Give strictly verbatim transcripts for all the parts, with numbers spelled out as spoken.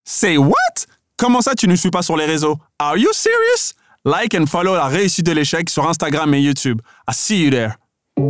Say what? Comment ça tu ne suis pas sur les réseaux? Are you serious? Like and follow La Réussite de l'échec sur Instagram et YouTube. I see you there.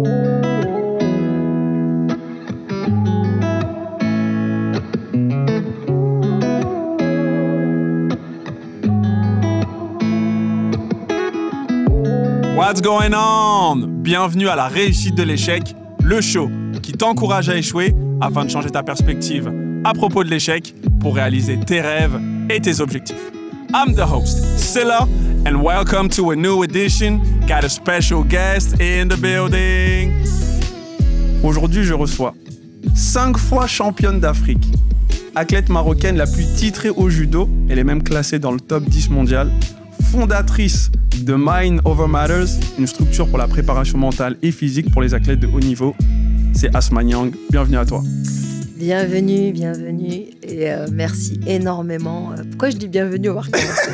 What's going on? Bienvenue à La Réussite de l'échec, le show qui t'encourage à échouer afin de changer ta perspective à propos de l'échec pour réaliser tes rêves et tes objectifs. I'm the host, Silla, and welcome to a new edition. Got a special guest in the building. Aujourd'hui, je reçois cinq fois championne d'Afrique, athlète marocaine la plus titrée au judo, elle est même classée dans le top dix mondial, fondatrice de Mind Over Matters, une structure pour la préparation mentale et physique pour les athlètes de haut niveau. C'est Asma Nyang, bienvenue à toi. Bienvenue, bienvenue et euh, merci énormément. Pourquoi je dis bienvenue? On va recommencer.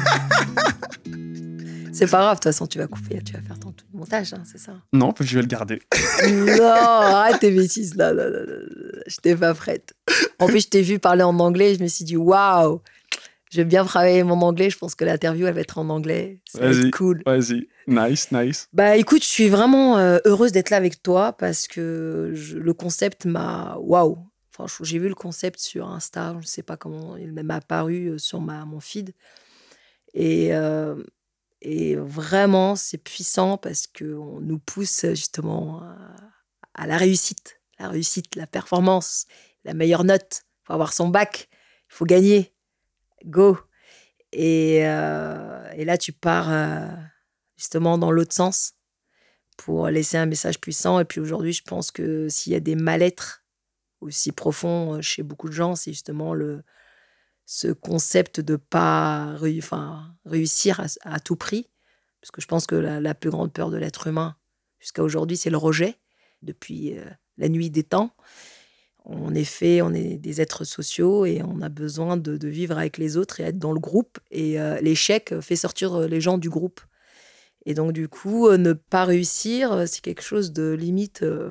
C'est pas grave, de toute façon tu vas couper, tu vas faire ton montage, hein, c'est ça? Non, je vais le garder. Non, arrête tes bêtises, là, là, là, là. Je t'ai pas prête. En plus, je t'ai vu parler en anglais, je me suis dit waouh, je vais bien travailler mon anglais, je pense que l'interview elle va être en anglais, ça va être cool. Vas-y, nice, nice. Bah écoute, je suis vraiment euh, heureuse d'être là avec toi parce que je, le concept m'a waouh. Enfin, j'ai vu le concept sur Insta, je ne sais pas comment, il m'a apparu sur ma, mon feed. Et, euh, et vraiment, c'est puissant parce qu'on nous pousse justement à, à la réussite. La réussite, la performance, la meilleure note. Il faut avoir son bac, il faut gagner. Go. Et, euh, et là, tu pars euh, justement dans l'autre sens pour laisser un message puissant. Et puis aujourd'hui, je pense que s'il y a des mal-être aussi profond chez beaucoup de gens, c'est justement le, ce concept de ne pas réu- enfin, réussir à, à tout prix. Parce que je pense que la, la plus grande peur de l'être humain jusqu'à aujourd'hui, c'est le rejet, depuis euh, la nuit des temps. On est fait, on est des êtres sociaux et on a besoin de, de vivre avec les autres et être dans le groupe. Et euh, l'échec fait sortir les gens du groupe. Et donc, du coup, euh, ne pas réussir, c'est quelque chose de limite... Euh,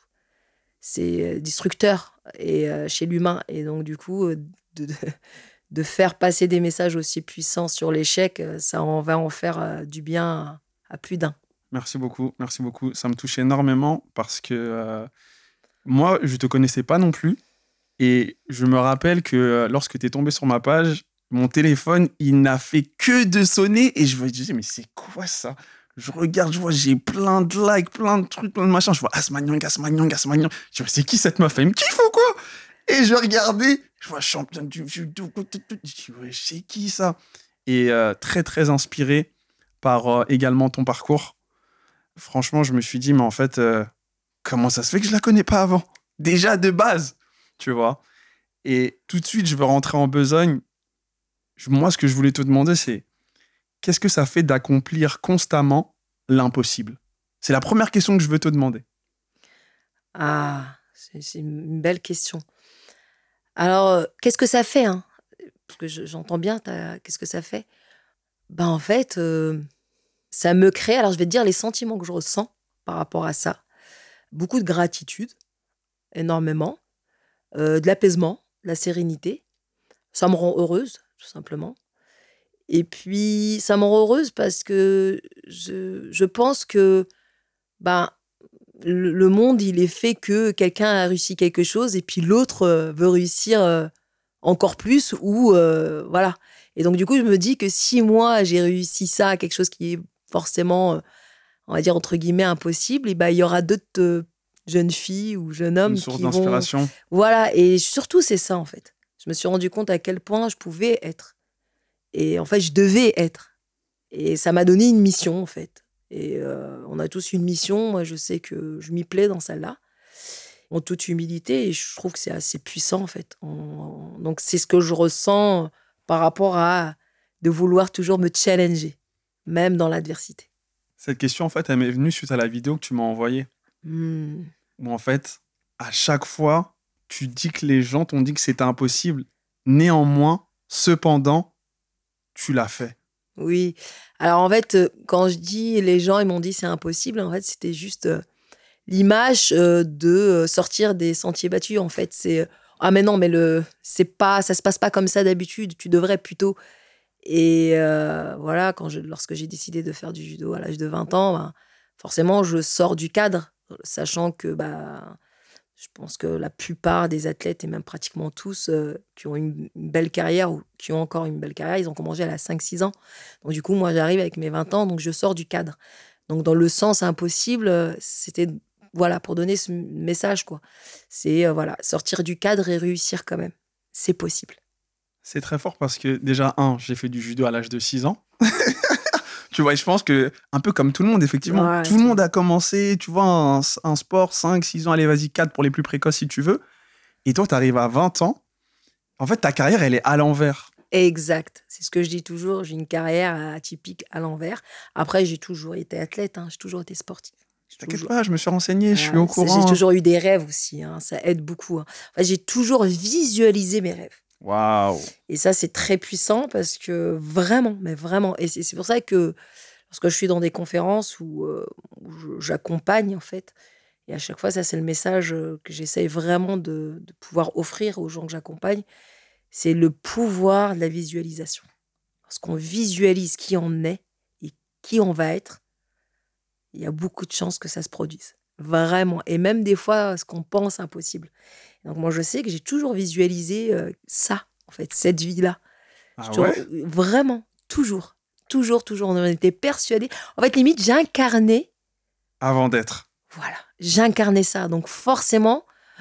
c'est destructeur et, euh, chez l'humain. Et donc, du coup, de, de, de faire passer des messages aussi puissants sur l'échec, ça en va en faire euh, du bien à, à plus d'un. Merci beaucoup, merci beaucoup. Ça me touche énormément parce que euh, moi, je ne te connaissais pas non plus. Et je me rappelle que euh, lorsque tu es tombé sur ma page, mon téléphone, il n'a fait que de sonner. Et je me disais, mais c'est quoi ça? Je regarde, je vois, j'ai plein de likes, plein de trucs, plein de machins. Je vois Asma Nyang, Asma Nyang, Asma Nyang. Je me dis, c'est qui cette meuf? Elle me kiffe ou quoi? Et je regardais, je vois championne du judo. Je dis, ouais, c'est qui ça? Et euh, très, très inspiré par euh, également ton parcours. Franchement, je me suis dit, mais en fait, euh, comment ça se fait que je la connais pas avant? Déjà de base, tu vois. Et tout de suite, je veux rentrer en besogne. Je, moi, ce que je voulais te demander, c'est qu'est-ce que ça fait d'accomplir constamment l'impossible? C'est la première question que je veux te demander. Ah, c'est, c'est une belle question. Alors, euh, qu'est-ce que ça fait, hein? Parce que je, j'entends bien, ta, qu'est-ce que ça fait? Ben, en fait, euh, ça me crée, alors je vais te dire les sentiments que je ressens par rapport à ça. Beaucoup de gratitude, énormément, euh, de l'apaisement, de la sérénité. Ça me rend heureuse, tout simplement. Et puis, ça me rend heureuse parce que je, je pense que ben, le, le monde, il est fait que quelqu'un a réussi quelque chose et puis l'autre euh, veut réussir euh, encore plus ou euh, voilà. Et donc, du coup, je me dis que si moi, j'ai réussi ça, quelque chose qui est forcément, euh, on va dire, entre guillemets, impossible, et ben, il y aura d'autres euh, jeunes filles ou jeunes hommes Une source qui d'inspiration. vont... Voilà, et surtout, c'est ça, en fait. Je me suis rendu compte à quel point je pouvais être. Et en fait, je devais être. Et ça m'a donné une mission, en fait. Et euh, on a tous une mission. Moi, je sais que je m'y plais dans celle-là, en toute humilité. Et je trouve que c'est assez puissant, en fait. On... Donc, c'est ce que je ressens par rapport à de vouloir toujours me challenger, même dans l'adversité. Cette question, en fait, elle m'est venue suite à la vidéo que tu m'as envoyée. Mmh. Où, en fait, à chaque fois, tu dis que les gens t'ont dit que c'était impossible. Néanmoins, cependant, tu l'as fait. Oui. Alors, en fait, euh, quand je dis les gens, ils m'ont dit c'est impossible, en fait, c'était juste euh, l'image euh, de euh, sortir des sentiers battus. En fait, c'est, Ah mais non, mais le, c'est pas, ça se passe pas comme ça d'habitude. Tu devrais plutôt. Et euh, voilà, quand je, lorsque j'ai décidé de faire du judo à l'âge de vingt ans, ben, forcément, je sors du cadre, sachant que bah, je pense que la plupart des athlètes, et même pratiquement tous, euh, qui ont une, une belle carrière ou qui ont encore une belle carrière, ils ont commencé à cinq six ans. Donc du coup, moi, j'arrive avec mes vingt ans, donc je sors du cadre. Donc dans le sens impossible, euh, c'était voilà, pour donner ce message, quoi. C'est euh, voilà, sortir du cadre et réussir quand même. C'est possible. C'est très fort parce que déjà, un, j'ai fait du judo à l'âge de six ans. Tu vois, et je pense que, un peu comme tout le monde, effectivement, Ouais, tout le tu- monde a commencé, tu vois, un, un sport, cinq six ans, allez, vas-y, quatre pour les plus précoces si tu veux. Et toi, tu arrives à vingt ans. En fait, ta carrière, elle est à l'envers. Exact. C'est ce que je dis toujours. J'ai une carrière atypique à l'envers. Après, j'ai toujours été athlète. Hein. J'ai toujours été sportive. J'ai T'inquiète toujours, pas, je me suis renseigné, je suis voilà, au c'est- j'ai courant. toujours eu des rêves aussi. Hein. Ça aide beaucoup. Hein. Enfin, j'ai toujours visualisé mes rêves. Waouh. Et ça, c'est très puissant parce que vraiment, mais vraiment. Et c'est c'est pour ça que lorsque je suis dans des conférences où, euh, où je- j'accompagne, en fait, et à chaque fois, ça, c'est le message euh, que j'essaye vraiment de, de pouvoir offrir aux gens que j'accompagne, c'est le pouvoir de la visualisation. Lorsqu'on visualise qui on est et qui on va être, il y a beaucoup de chances que ça se produise. Vraiment. Et même des fois, ce qu'on pense impossible. Donc moi, je sais que j'ai toujours visualisé euh, ça, en fait, cette vie-là. J'ai Ah ouais? toujours- Vraiment, toujours. Toujours, toujours. On en était persuadés. En fait, limite, j'incarnais, Avant d'être. voilà, j'incarnais ça. Donc forcément,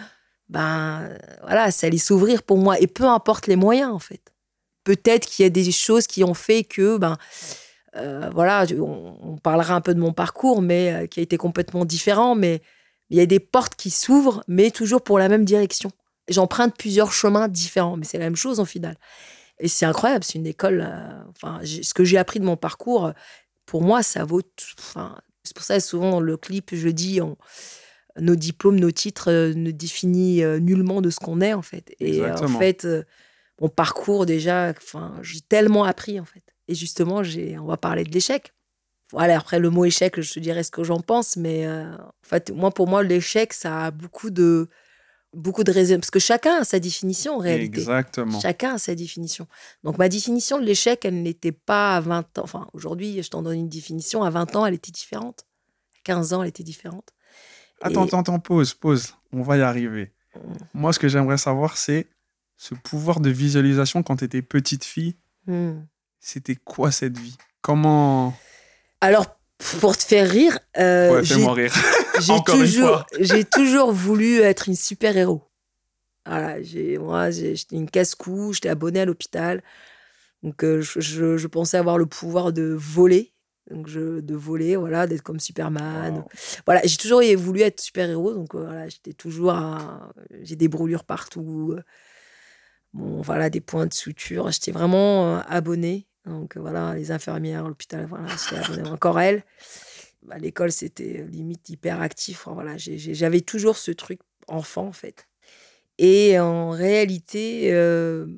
ben, euh, voilà, ça allait s'ouvrir pour moi. Et peu importe les moyens, en fait. Peut-être qu'il y a des choses qui ont fait que, ben, euh, voilà, on, on parlera un peu de mon parcours, mais euh, qui a été complètement différent. Mais il y a des portes qui s'ouvrent, mais toujours pour la même direction. J'emprunte plusieurs chemins différents, mais c'est la même chose en final. Et c'est incroyable, c'est une école. euh, Enfin, j'ai- ce que j'ai appris de mon parcours, pour moi, ça vaut. Tout- Enfin, c'est pour ça que souvent dans le clip, je dis, on- nos diplômes, nos titres euh, ne définissent euh, nullement de ce qu'on est en fait. Et euh, en Exactement. fait, euh, mon parcours déjà, enfin, j'ai tellement appris en fait. Et justement, j'ai, on va parler de l'échec. Voilà, après le mot échec, je te dirais ce que j'en pense, mais euh, en fait, moi, pour moi, l'échec, ça a beaucoup de, beaucoup de raisons, parce que chacun a sa définition en réalité. Exactement. Chacun a sa définition. Donc ma définition de l'échec, elle n'était pas à vingt ans. Enfin, aujourd'hui, je t'en donne une définition. À vingt ans, elle était différente. À quinze ans, elle était différente. Attends, Et attends, attends, pause, pause. On va y arriver. Moi, ce que j'aimerais savoir, c'est ce pouvoir de visualisation quand tu étais petite fille. hmm. C'était quoi cette vie? Comment... Alors, pour te faire rire, euh, Ouais, j'ai fais-moi rire. j'ai Encore une toujours, fois. j'ai toujours voulu être une super-héros. Voilà, j'ai, moi, j'ai- j'étais une casse-cou, j'étais abonnée à l'hôpital. Donc, euh, je, je- je pensais avoir le pouvoir de voler. Donc, je, de voler, voilà, d'être comme Superman. Waouh. Voilà, j'ai toujours voulu être super-héros. Donc, euh, voilà, j'étais toujours à- j'ai des brûlures partout. euh, Bon, voilà, des points de suture. J'étais vraiment euh, abonnée. Donc, euh, voilà, les infirmières, à l'hôpital, voilà, j'étais abonnée encore elles. À l'école, c'était euh, limite hyper actif. Enfin, voilà, j'ai- j'ai- j'avais toujours ce truc enfant, en fait. Et en réalité, euh,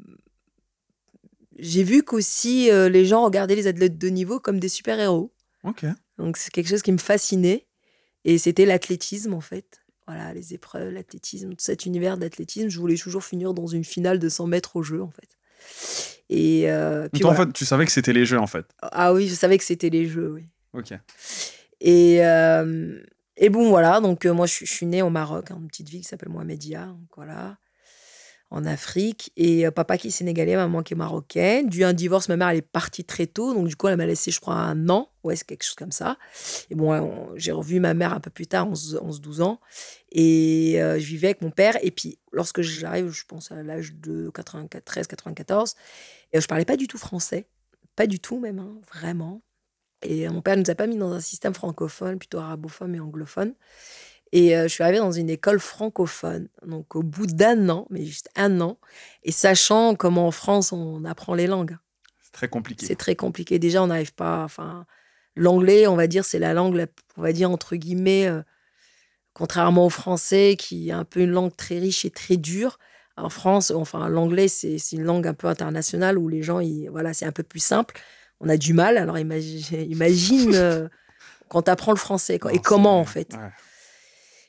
j'ai vu qu'aussi euh, les gens regardaient les athlètes de niveau comme des super-héros. Ok. Donc c'est quelque chose qui me fascinait. Et c'était l'athlétisme, en fait. Voilà, les épreuves, l'athlétisme, tout cet univers d'athlétisme. Je voulais toujours finir dans une finale de cent mètres au jeu, en fait. Et euh, Donc puis toi, en voilà. fait, tu savais que c'était les jeux, en fait. Ah oui, je savais que c'était les jeux, oui. Ok. Et, euh, et bon, voilà. Donc euh, moi, je, suis- je suis née au Maroc, hein, une petite ville qui s'appelle Mohamedia. Donc voilà. En Afrique. Et euh, papa qui est sénégalais, maman qui est marocaine. Dû à un divorce, ma mère, elle est partie très tôt. Donc, du coup, elle m'a laissé, je crois, un an. Ouais, c'est quelque chose comme ça. Et bon, on- j'ai revu ma mère un peu plus tard, onze douze ans. Et euh, je vivais avec mon père. Et puis, lorsque j'arrive, je pense à l'âge de quatre-vingt-treize quatre-vingt-quatorze, et je parlais pas du tout français. Pas du tout, même, hein, vraiment. Et euh, mon père ne nous a pas mis dans un système francophone, plutôt arabophone et anglophone. Et euh, je suis arrivée dans une école francophone, donc au bout d'un an, mais juste un an, et sachant comment en France on apprend les langues. C'est très compliqué. C'est très compliqué. Déjà, on n'arrive pas. Enfin, l'anglais, on va dire, c'est la langue, la- on va dire entre guillemets, euh, contrairement au français, qui est un peu une langue très riche et très dure. En France, enfin, l'anglais, c'est c'est une langue un peu internationale où les gens, ils- voilà, c'est un peu plus simple. On a du mal. Alors imagine, imagine euh, quand tu apprends le français, quoi. Et Non, c'est... comment en fait. Ouais.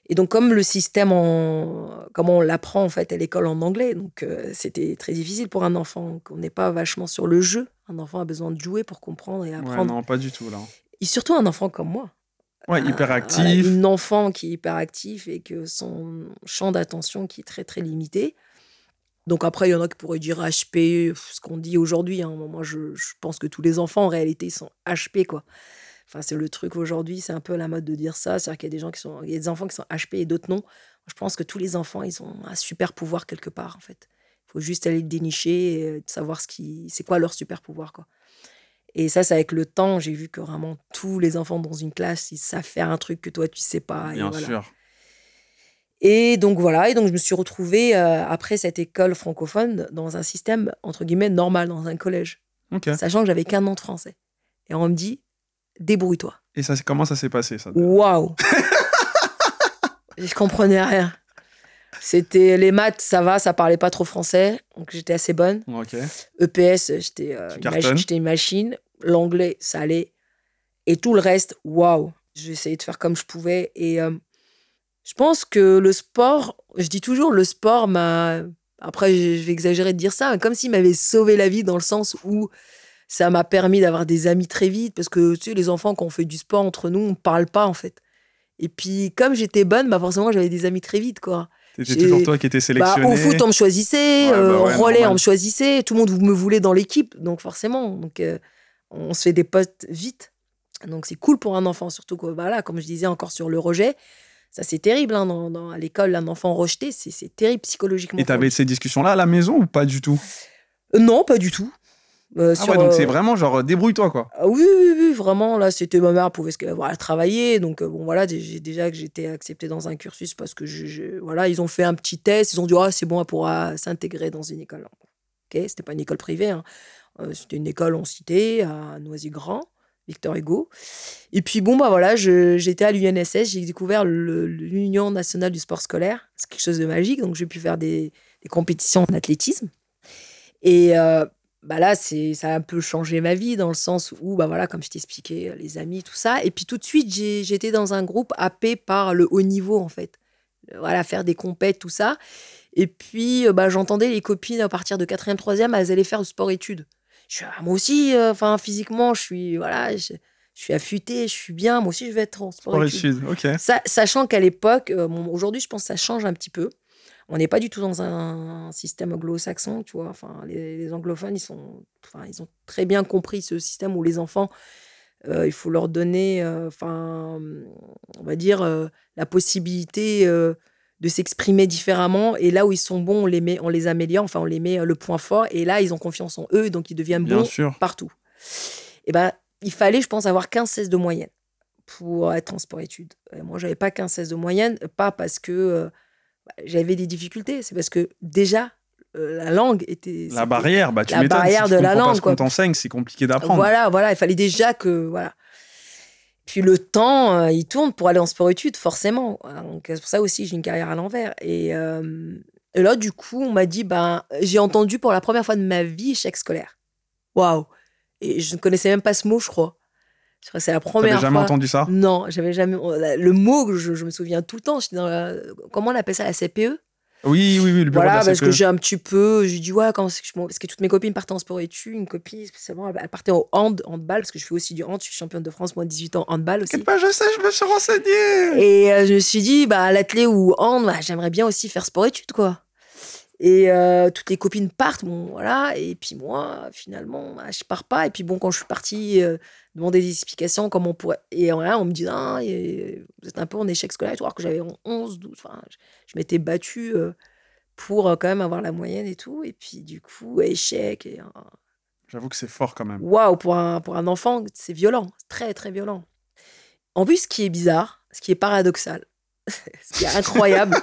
Et donc, comme le système, en... comment on l'apprend en fait à l'école en anglais, donc euh, c'était très difficile pour un enfant. On n'est pas vachement sur le jeu. Un enfant a besoin de jouer pour comprendre et Ouais, apprendre. non, pas du tout, là. Et surtout un enfant comme moi. Ouais, hyper Un- voilà, actif. une enfant qui est hyper actif et que son champ d'attention qui est très très limité. Donc après, il y en a qui pourraient dire H P, ce qu'on dit aujourd'hui. Hein. Moi, je, je pense que tous les enfants, en réalité, ils sont H P, quoi. Enfin, c'est le truc aujourd'hui, c'est un peu la mode de dire ça. C'est-à-dire qu'il y a des gens qui sont, il y a des enfants qui sont H P et d'autres non. Je pense que tous les enfants, ils ont un super pouvoir quelque part, en fait. Il faut juste aller le dénicher et savoir ce qui, c'est quoi leur super pouvoir, quoi. Et ça, c'est avec le temps, j'ai vu que vraiment tous les enfants dans une classe, ils savent faire un truc que toi, tu sais pas. Et Bien voilà. sûr. Et donc voilà, et donc je me suis retrouvée euh, après cette école francophone dans un système entre guillemets normal, dans un collège, Ok. sachant que j'avais qu'un an de français. Et on me dit débrouille-toi. Et ça, c'est- comment ça s'est passé, ça? Waouh, je comprenais rien. C'était les maths, ça va, ça parlait pas trop français, donc j'étais assez bonne. Ok. E P S, j'étais euh, Tu une, machi- cartonnes. j'étais une machine. L'anglais, ça allait. Et tout le reste, waouh. J'ai essayé de faire comme je pouvais. Et euh, je pense que le sport, je dis toujours, le sport m'a. Après, je vais exagérer de dire ça, mais comme s'il m'avait sauvé la vie dans le sens où ça m'a permis d'avoir des amis très vite. Parce que, tu sais, les enfants, quand on fait du sport entre nous, on ne parle pas, en fait. Et puis, comme j'étais bonne, bah forcément, j'avais des amis très vite, quoi. C'était toujours J'ai... toi qui étais Bah, au foot, sélectionné. on me choisissait. Ouais, Euh, bah en ouais, relais, on me normal. choisissait. Tout le monde me voulait dans l'équipe. Donc, forcément, donc, euh, on se fait des potes vite. Donc, c'est cool pour un enfant. Surtout que, bah, là, comme je disais encore sur le rejet, ça, c'est terrible. Hein, dans, dans- à l'école, un enfant rejeté, c'est, c'est terrible psychologiquement Et pour t'avais lui. ces discussions-là à la maison ou pas du tout? Euh, non, pas du tout. Euh, Ah ouais, sur, donc c'est euh, vraiment genre, euh, débrouille-toi, quoi. ah oui, oui, oui, vraiment, là, c'était ma mère pouvait voilà, travailler. Donc, euh, bon, voilà, dé- j'ai- déjà que j'étais acceptée dans un cursus parce que, je, je- voilà, ils ont fait un petit test. Ils ont dit, ah, c'est bon, elle pourra s'intégrer dans une école. Ok, c'était pas une école privée, hein. Euh, c'était une école en cité, à Noisy-Grand, Victor Hugo. Et puis, bon, bah voilà, je- j'étais à l'U N S S, j'ai découvert le- l'Union nationale du sport scolaire. C'est quelque chose de magique. Donc, j'ai pu faire des, des compétitions en athlétisme. Et euh, bah là, c'est, ça a un peu changé ma vie dans le sens où, bah voilà, comme je t'expliquais, les amis, tout ça. Et puis tout de suite, j'ai, j'étais dans un groupe happé par le haut niveau, en fait. Euh, Voilà, faire des compètes, tout ça. Et puis, euh, bah, j'entendais les copines à partir de quatrième, troisième, elles allaient faire du sport-études. Je suis, ah, moi aussi, euh, enfin, physiquement, je suis, voilà, je, je suis affûtée, je suis bien. Moi aussi, je vais être en sport-études. Sport-études, ok. Ça, sachant qu'à l'époque, euh, bon, aujourd'hui, je pense que ça change un petit peu. On n'est pas du tout dans un système anglo-saxon, tu vois. Enfin, les, les anglophones, ils sont, enfin, ils ont très bien compris ce système où les enfants, euh, il faut leur donner, euh, enfin, on va dire, euh, la possibilité euh, de s'exprimer différemment. Et là où ils sont bons, on les met, on les améliore. Enfin, on les met euh, le point fort. Et là, ils ont confiance en eux, donc ils deviennent Bien bons sûr. partout. Et ben, il fallait, je pense, avoir quinze seize de moyenne pour être en sport-études. Euh, Moi, j'avais pas quinze seize de moyenne, pas parce que euh, j'avais des difficultés. C'est parce que déjà, euh, la langue était. La C'était barrière, bah tu la m'étonnes. Si barrière tu de la comprends pas langue, ce qu'on quoi. t'enseigne, c'est compliqué d'apprendre. Voilà, voilà. Il fallait déjà que. Voilà. Puis le temps, euh, il tourne pour aller en sport-études, forcément. Donc, c'est pour ça aussi j'ai une carrière à l'envers. Et, euh, et là, du coup, on m'a dit ben, j'ai entendu pour la première fois de ma vie échec scolaire. Waouh! Et je ne connaissais même pas ce mot, je crois. Je crois que c'est la T'avais première jamais fois. entendu ça? Non, j'avais jamais. Le mot, je, je me souviens tout le temps. J'étais dans la- Comment on appelle ça, la C P E? Oui, oui, oui, le bureau de la Voilà, parce que C P E. j'ai un petit peu. J'ai dit, ouais, quand c'est que je- parce que toutes mes copines partaient en sport études. Une copine, spécialement, elle elle partait au hand, handball, parce que je fais aussi du hand. Je suis championne de France, moi, dix-huit ans, handball T'inquiète aussi. pas, je sais, je me suis renseigné. Et euh, je me suis dit, bah, l'athlé ou hand, bah, j'aimerais bien aussi faire sport études, quoi. Et euh, toutes les copines partent, bon, voilà. Et puis moi, finalement, bah, je pars pas. Et puis bon, quand je suis partie euh, demander des explications, comment on pourrait. Et voilà, on me dit, ah, et vous êtes un peu en échec scolaire, et tout, alors que j'avais onze, douze. Enfin, je, je m'étais battue euh, pour euh, quand même avoir la moyenne et tout. Et puis du coup, échec. Et, euh, J'avoue que c'est fort quand même. waouh, pour un, pour un enfant, c'est violent. C'est très, très violent. En plus, ce qui est bizarre, ce qui est paradoxal, ce qui est incroyable,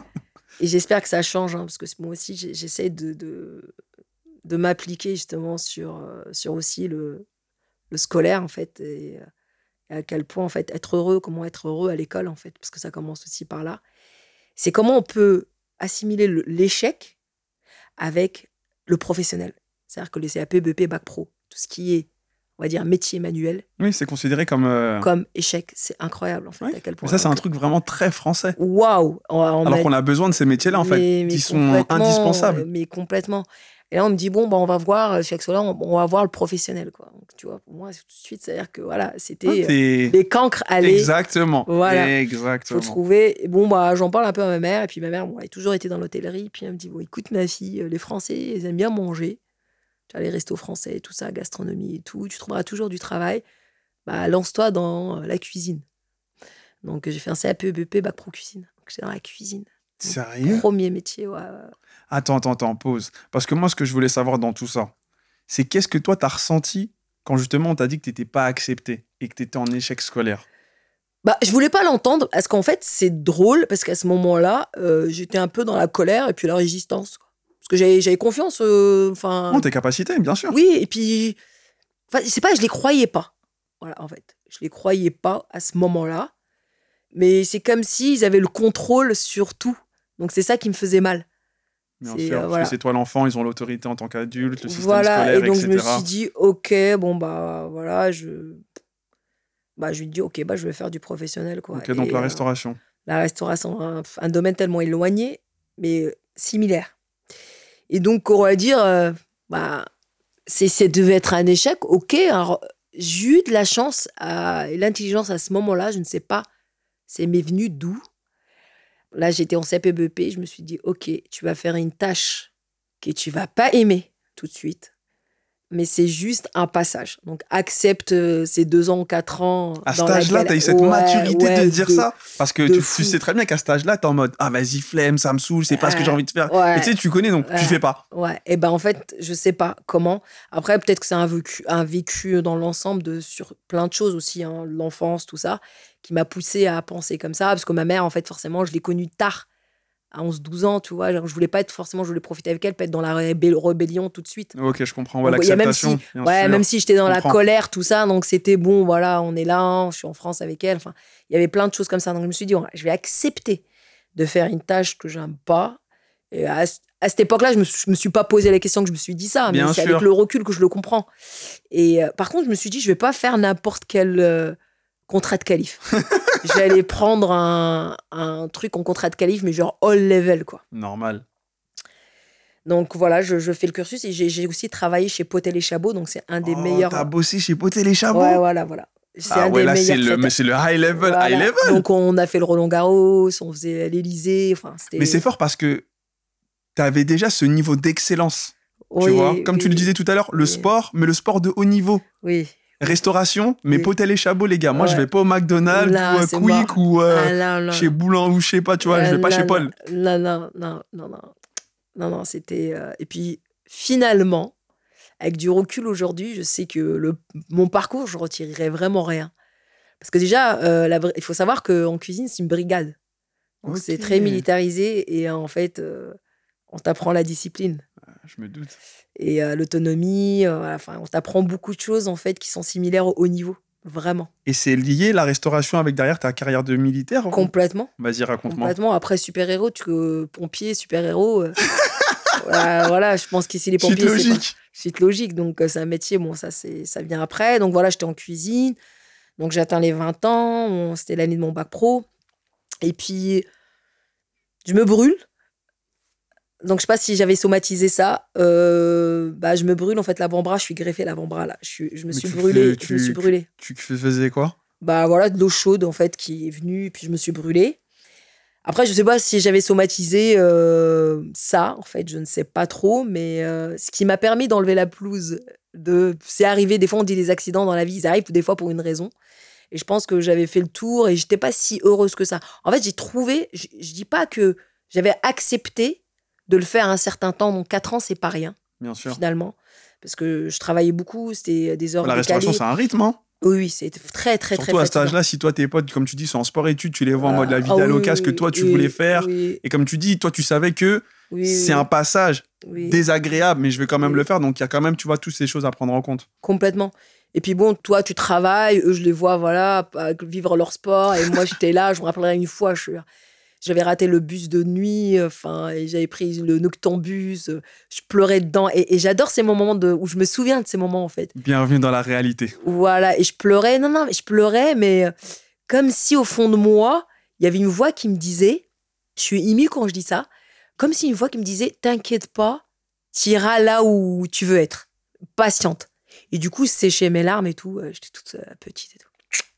et j'espère que ça change, hein, parce que moi aussi, j'ai- j'essaie de, de, de m'appliquer justement sur, euh, sur aussi le, le scolaire, en fait, et, euh, et à quel point, en fait, être heureux, comment être heureux à l'école, en fait, parce que ça commence aussi par là. C'est comment on peut assimiler le- l'échec avec le professionnel. C'est-à-dire que les C A P, B E P, Bac Pro, tout ce qui est on va dire, métier manuel. Oui, c'est considéré comme... Euh... Comme échec. C'est incroyable, en fait, Oui. à quel point. Mais ça, c'est donc, un truc vraiment très français. Waouh! Alors qu'on a besoin de ces métiers-là, en fait, mais, mais qui sont indispensables. Mais complètement. Et là, on me dit, bon, bah, on va voir, chez Axola, on, on va voir le professionnel, quoi. Donc, tu vois, pour moi, tout de suite, c'est-à-dire que, voilà, c'était ah, t'es... les cancres allaient. Exactement. Voilà. Exactement. Faut trouver. Et bon, bah, j'en parle un peu à ma mère. Et puis, ma mère, bon, elle a toujours été dans l'hôtellerie. Puis, elle me dit, bon, écoute, ma fille, les Français, ils aiment bien manger. Tu as les restos français, tout ça, gastronomie et tout. Tu trouveras toujours du travail. Bah, lance-toi dans la cuisine. Donc, j'ai fait un C A P E B P, bac pro cuisine. Donc, j'étais dans la cuisine. Sérieux? Premier métier, ouais. Attends, attends, attends, pause. Parce que moi, ce que je voulais savoir dans tout ça, c'est qu'est-ce que toi, t'as ressenti quand justement on t'a dit que t'étais pas accepté et que t'étais en échec scolaire? Bah, je voulais pas l'entendre parce qu'en fait, c'est drôle parce qu'à ce moment-là, euh, j'étais un peu dans la colère et puis la résistance. Quoi. Parce que j'avais, j'avais confiance. Enfin. Euh, non, tes capacités, bien sûr. Oui, et puis. Enfin, c'est pas, je les croyais pas. Voilà, en fait. Je les croyais pas à ce moment-là. Mais c'est comme s'ils avaient le contrôle sur tout. Donc, c'est ça qui me faisait mal. Bien sûr, euh, parce voilà. que c'est toi l'enfant, ils ont l'autorité en tant qu'adulte, le système voilà, scolaire, et donc et cetera. Je me suis dit, ok, bon, bah, voilà, je... Bah, je lui ai dit, ok, bah, je vais faire du professionnel, quoi. Ok, donc et, la restauration. Euh, la restauration, un, un domaine tellement éloigné, mais similaire. Et donc, on va dire, euh, bah, c'est, c'est devait être un échec, ok. Alors, j'ai eu de la chance à, et l'intelligence à ce moment-là, je ne sais pas, c'est m'est venu d'où. Là, j'étais en C P B P, je me suis dit, ok, tu vas faire une tâche que tu vas pas aimer tout de suite, mais c'est juste un passage. Donc, accepte euh, ces deux ans, quatre ans. À cet âge-là, tu as eu cette ouais, maturité ouais, de dire de, ça. Parce que tu, tu sais très bien qu'à cet âge-là, tu es en mode, ah, vas-y, flemme, ça me saoule, c'est pas euh, ce que j'ai envie de faire. Ouais, et tu sais, tu connais, donc ouais, tu fais pas. Ouais, et ben en fait, je sais pas comment. Après, peut-être que c'est un vécu, un vécu dans l'ensemble de, sur plein de choses aussi, hein, l'enfance, tout ça, qui m'a poussée à penser comme ça. Parce que ma mère, en fait, forcément, je l'ai connue tard. À onze douze ans, tu vois, genre, je voulais pas être forcément, je voulais profiter avec elle, pas être dans la rébé- rébellion tout de suite. Ok, je comprends, ouais, donc, l'acceptation, même si, bien ouais, sûr. même si j'étais dans la colère, tout ça, donc c'était bon, voilà, on est là, je suis en France avec elle, enfin, il y avait plein de choses comme ça, donc je me suis dit, ouais, je vais accepter de faire une tâche que j'aime pas. Et à, à cette époque-là, je me, je me suis pas posé la question que je me suis dit ça, bien mais c'est sûr. Avec le recul que je le comprends. Et euh, par contre, je me suis dit, je vais pas faire n'importe quel euh, contrat de qualif. Je vais aller prendre un, un truc en contrat de qualif, mais genre all level, quoi. Normal. Donc voilà, je, je fais le cursus et j'ai, j'ai aussi travaillé chez Potel et Chabot, donc c'est un des oh, meilleurs. T'as bossé chez Potel et Chabot? Ouais, voilà, voilà. C'est ah un ouais, des là, meilleurs. C'est le, mais c'est le high level, voilà. high level. Donc on a fait le Roland Garros, on faisait l'Élysée, enfin c'était. Mais c'est fort parce que t'avais déjà ce niveau d'excellence. Oui, tu vois, comme oui, tu le disais tout à l'heure, le oui. sport, mais le sport de haut niveau. Oui. Restauration, mais oui. Potel et Chabot, les gars. Moi, ouais. je vais pas au McDonald's là, ou à Quick mort. ou euh, ah, là, là. chez Boulan ou je sais pas, tu vois, là, je vais pas là, chez Paul. Non, non, non, non, non. Non, non, c'était. Euh... Et puis, finalement, avec du recul aujourd'hui, je sais que le... mon parcours, je retirerais vraiment rien. Parce que déjà, euh, la... il faut savoir qu'en cuisine, c'est une brigade. Donc, okay. c'est très militarisé et en fait, euh, on t'apprend la discipline. Je me doute. Et euh, l'autonomie, euh, enfin, on t'apprend beaucoup de choses en fait qui sont similaires au haut niveau, vraiment. Et c'est lié la restauration avec derrière ta carrière de militaire? Complètement. Vas-y, raconte-moi. Complètement. Après super-héros, tu euh, pompier, super-héros. Euh, voilà, voilà, je pense qu'ici les pompiers, c'est logique. C'est logique. Donc euh, c'est un métier, bon ça c'est ça vient après. Donc voilà, j'étais en cuisine. Donc j'ai atteint les vingt ans. On, c'était l'année de mon bac pro. Et puis je me brûle. Donc, je sais pas si j'avais somatisé ça. Euh, bah, je me brûle, en fait, l'avant-bras. Je suis greffée l'avant-bras, là. Je, suis, je me suis brûlée. Tu, je me suis brûlée. Tu, tu faisais quoi? Bah, voilà, de l'eau chaude, en fait, qui est venue. Puis, je me suis brûlée. Après, je sais pas si j'avais somatisé euh, ça. En fait, je ne sais pas trop. Mais euh, ce qui m'a permis d'enlever la pelouse, de... c'est arrivé. Des fois, on dit les accidents dans la vie. Ils arrivent des fois pour une raison. Et je pense que j'avais fait le tour et j'étais pas si heureuse que ça. En fait, j'ai trouvé... Je, je dis pas que j'avais accepté de le faire un certain temps, donc quatre ans, c'est pas rien. Bien sûr. Finalement. Parce que je travaillais beaucoup, c'était des heures La décalées. restauration, c'est un rythme, hein? Oui, oui, c'est très, très, Surtout très à cet âge-là, si toi, tes potes, comme tu dis, sont en sport-études, tu les vois en mode la vie d'Aloca, ce que toi, tu oui, voulais faire. Oui. Et comme tu dis, toi, tu savais que oui, c'est oui. un passage oui. désagréable, mais je vais quand même oui. le faire. Donc, il y a quand même, tu vois, toutes ces choses à prendre en compte. Complètement. Et puis bon, toi, tu travailles, eux, je les vois, voilà, vivre leur sport. Et moi, j'étais là, je me rappellerai une fois, je suis... j'avais raté le bus de nuit, enfin, et j'avais pris le noctambus, euh, je pleurais dedans. Et, et j'adore ces moments de, où je me souviens de ces moments, en fait. Bienvenue dans la réalité. Voilà, et je pleurais, non, non, mais je pleurais, mais euh, comme si au fond de moi, il y avait une voix qui me disait, je suis émue quand je dis ça, comme si une voix qui me disait, t'inquiète pas, t'iras là où tu veux être, patiente. Et du coup, je séchais mes larmes et tout, euh, j'étais toute euh, petite et tout.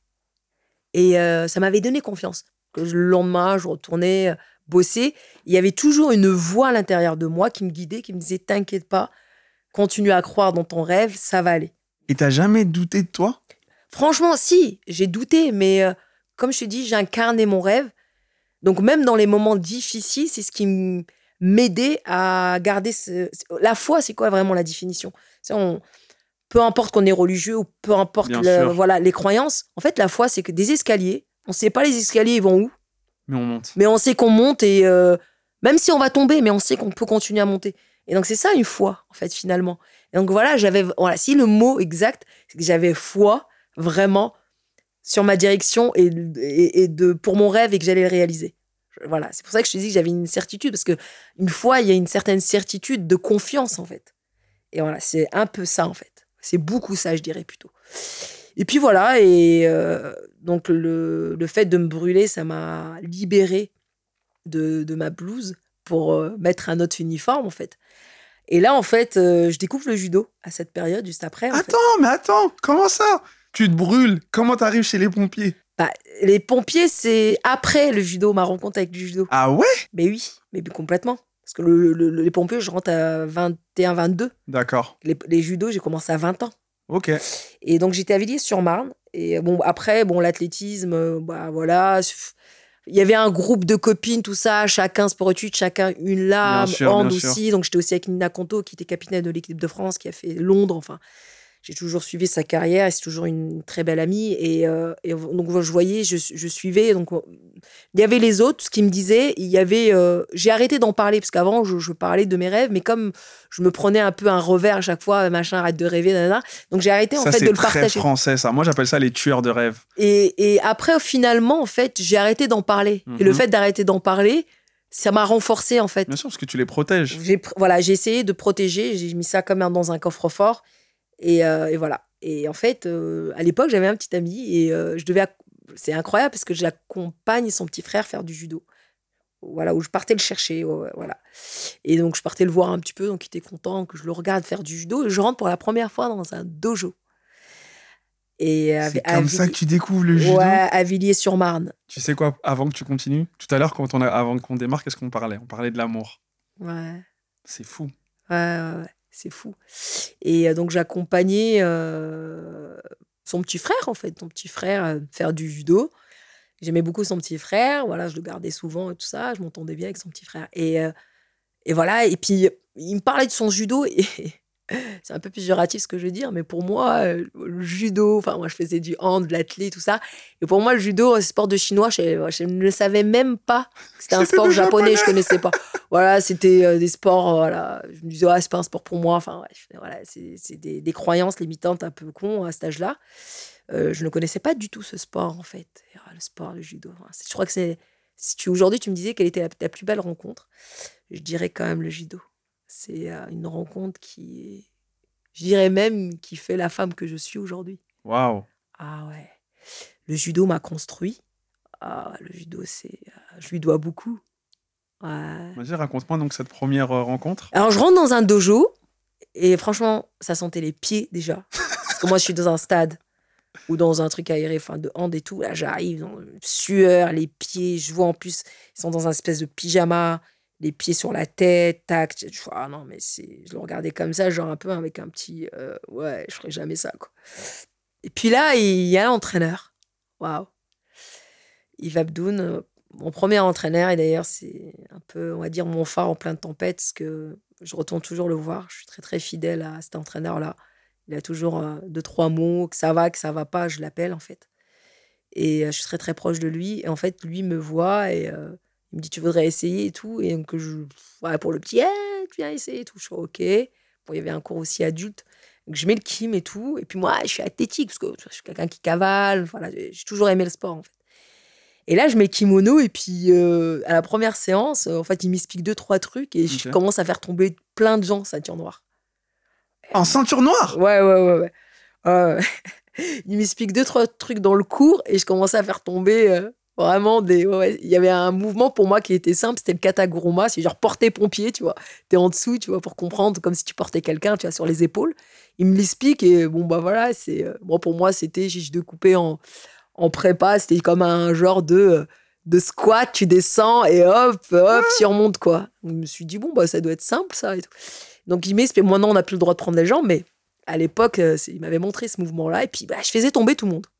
Et euh, ça m'avait donné confiance. Que le lendemain, je retournais euh, bosser. Il y avait toujours une voix à l'intérieur de moi qui me guidait, qui me disait, t'inquiète pas, continue à croire dans ton rêve, ça va aller. Et t'as jamais douté de toi? Franchement, si, j'ai douté, mais euh, comme je te dis, j'ai incarné mon rêve. Donc même dans les moments difficiles, c'est ce qui m- m'aidait à garder ce... La foi, c'est quoi vraiment la définition? C'est on... Peu importe qu'on est religieux ou peu importe Bien le- sûr, voilà, les croyances, en fait, la foi, c'est que des escaliers, on ne sait pas les escaliers, ils vont où, mais on monte. mais on sait qu'on monte et euh, même si on va tomber, mais on sait qu'on peut continuer à monter. Et donc, c'est ça une foi, en fait, finalement. Et donc, voilà, j'avais, voilà, si le mot exact, c'est que j'avais foi vraiment sur ma direction et, et, et de, pour mon rêve et que j'allais le réaliser. Voilà, c'est pour ça que je te dis que j'avais une certitude, parce que une fois, il y a une certaine certitude de confiance, en fait. Et voilà, c'est un peu ça, en fait. C'est beaucoup ça, je dirais plutôt. Et puis voilà, et euh, donc le, le fait de me brûler, ça m'a libérée de, de ma blouse pour euh, mettre un autre uniforme, en fait. Et là, en fait, euh, je découvre le judo à cette période, juste après, en fait. Attends, mais attends, comment ça? Tu te brûles, comment t'arrives chez les pompiers? Bah, les pompiers, c'est après le judo, ma rencontre avec le judo. Ah ouais? Mais oui, mais complètement. Parce que le, le- les pompiers, je rentre à vingt et un, vingt-deux. D'accord, Les, les judos, j'ai commencé à vingt ans. ok. Et donc, j'étais à Villiers-sur-Marne. Et bon, après, bon, l'athlétisme, euh, bah voilà. Il y avait un groupe de copines, tout ça, chacun sport-études, chacun une Bien lame, sûr, bien hand sûr. aussi. Donc, j'étais aussi avec Nina Conto, qui était capitaine de l'équipe de France, qui a fait Londres. Enfin, j'ai toujours suivi sa carrière et c'est toujours une très belle amie. Et, euh, et donc, je voyais, je, je suivais. Donc, il y avait les autres, ce qui me disaient. Il y avait, euh, j'ai arrêté d'en parler parce qu'avant, je, je parlais de mes rêves, mais comme je me prenais un peu un revers à chaque fois, machin, arrête de rêver, nanana. Donc, j'ai arrêté en Ça, fait c'est de le très partager. français, ça. Moi, j'appelle ça les tueurs de rêves. Et, et après, finalement, en fait, j'ai arrêté d'en parler. Et le Mhm. fait d'arrêter d'en parler, ça m'a renforcé, en fait. Bien sûr, parce que tu les protèges. J'ai, pr- voilà, j'ai essayé de protéger, j'ai mis ça comme un- dans un coffre-fort. Et, euh, et voilà. Et en fait, euh, à l'époque, j'avais un petit ami et euh, je devais. acc- C'est incroyable parce que j'accompagne son petit frère faire du judo. Voilà, où je partais le chercher. Ouais, voilà. Et donc, je partais le voir un petit peu, donc il était content que je le regarde faire du judo. Et je rentre pour la première fois dans un dojo. Et à, C'est à comme ça que Villiers- tu découvres le ouais, judo. à Villiers-sur-Marne. Tu sais quoi, avant que tu continues, tout à l'heure, quand on a, avant qu'on démarre, qu'est-ce qu'on parlait? On parlait de l'amour. Ouais. C'est fou. Ouais, ouais, ouais, c'est fou. Et euh, donc, j'accompagnais euh, son petit frère, en fait, son petit frère euh, faire du judo. J'aimais beaucoup son petit frère, voilà, je le gardais souvent et tout ça, je m'entendais bien avec son petit frère. Et, euh, et voilà, et puis il me parlait de son judo, et c'est un peu péjoratif ce que je veux dire, mais pour moi, euh, le judo, enfin, moi je faisais du hand, de l'athlé, tout ça, et pour moi, le judo, c'est sport de chinois, je, je ne savais même pas que c'était un C'était sport des japonais, Japonais. je connaissais pas. Voilà, c'était euh, des sports, euh, voilà, je me disais, ah, c'est pas un sport pour moi, enfin, bref, voilà, c'est c'est des, des croyances limitantes un peu cons à cet âge-là. Euh, je ne connaissais pas du tout ce sport, en fait. Et, ah, le sport, le judo. Enfin, c'est- je crois que c'est. Si tu, aujourd'hui, tu me disais quelle était la, ta plus belle rencontre, je dirais quand même le judo. C'est euh, une rencontre qui est. Je dirais même qui fait la femme que je suis aujourd'hui. Waouh. Ah ouais. Le judo m'a construit. Ah, le judo, c'est. euh, je lui dois beaucoup. Ouais. Vas-y, raconte-moi donc cette première euh, rencontre. Alors, je rentre dans un dojo et franchement, ça sentait les pieds déjà. Parce que moi, je suis dans un stade ou dans un truc aéré, enfin de hand et tout. Là, j'arrive, dans le sueur, les pieds. Je vois en plus, ils sont dans un espèce de pyjama, les pieds sur la tête, tac. Je fais, ah non, mais c'est. Je le regardais comme ça, genre un peu avec un petit. euh, ouais, je ferais jamais ça, quoi. Et puis là, il y a l'entraîneur. Waouh. Yves Abdoun, euh, mon premier entraîneur. Et d'ailleurs, c'est un peu, on va dire, mon phare en pleine tempête, parce que je retourne toujours le voir. Je suis très, très fidèle à cet entraîneur-là. Il a toujours euh, deux, trois mots, que ça va, que ça va pas, je l'appelle en fait. Et euh, je suis très très proche de lui. Et en fait, lui me voit et euh, il me dit, tu voudrais essayer et tout. Et donc, je, ouais, pour le petit, hey, tu viens essayer et tout. Je suis ok. Bon, il y avait un cours aussi adulte. Donc, je mets le kim et tout. Et puis moi, je suis athlétique parce que je suis quelqu'un qui cavale. Voilà, j'ai j'ai toujours aimé le sport en fait. Et là, je mets kimono et puis euh, à la première séance, euh, en fait, il m'explique deux, trois trucs et je Ok. commence à faire tomber plein de gens ceinture noire. En ceinture noire? Ouais, ouais, ouais, ouais. Euh, il m'explique deux, trois trucs dans le cours et je commençais à faire tomber euh, vraiment des. Ouais, ouais. Il y avait un mouvement pour moi qui était simple, c'était le kataguruma, c'est genre porter pompier, tu vois. T'es en dessous, tu vois, pour comprendre, comme si tu portais quelqu'un, tu vois, sur les épaules. Il me l'explique et bon, bah voilà, c'est. Euh, moi, pour moi, c'était, j'ai de couper en, en prépa, c'était comme un genre de. euh, de squat, tu descends et hop, hop, tu remontes, quoi. Donc, je me suis dit, bon, bah, ça doit être simple, ça. Et tout. Donc, il m'explique, maintenant, on n'a plus le droit de prendre les gens, mais à l'époque, euh, c'est- il m'avait montré ce mouvement-là, et puis bah, je faisais tomber tout le monde.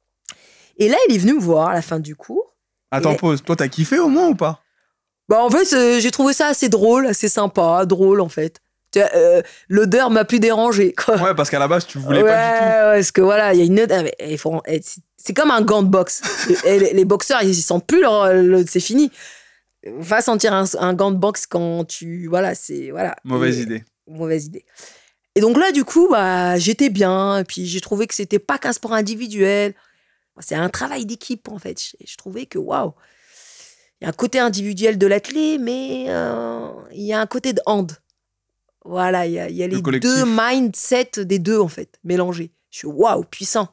Et là, il est venu me voir à la fin du cours. Et Attends, là- pause. Toi, t'as kiffé au moins ou pas? bah, en fait, euh, j'ai trouvé ça assez drôle, assez sympa, drôle en fait. Tu vois, euh, l'odeur m'a plus dérangé, quoi. Ouais, parce qu'à la base, tu voulais Ouais, pas du tout. ouais, parce que voilà, il y a une odeur. mais il faut- eh, c'est- C'est comme un gant de boxe. Et les, les boxeurs, ils sentent plus leur, le- c'est fini. Va sentir un, un gant de boxe quand tu. Voilà, c'est. Voilà. Mauvaise Et- idée. Mauvaise idée. Et donc là, du coup, bah, j'étais bien. Et puis j'ai trouvé que c'était pas qu'un sport individuel. C'est un travail d'équipe, en fait. Je, je trouvais que, waouh, il y a un côté individuel de l'athlète, mais euh, il y a un côté de hand. Voilà, il y a, il y a Le les deux collectif. mindsets des deux, en fait, mélangés. Je suis, waouh, puissant.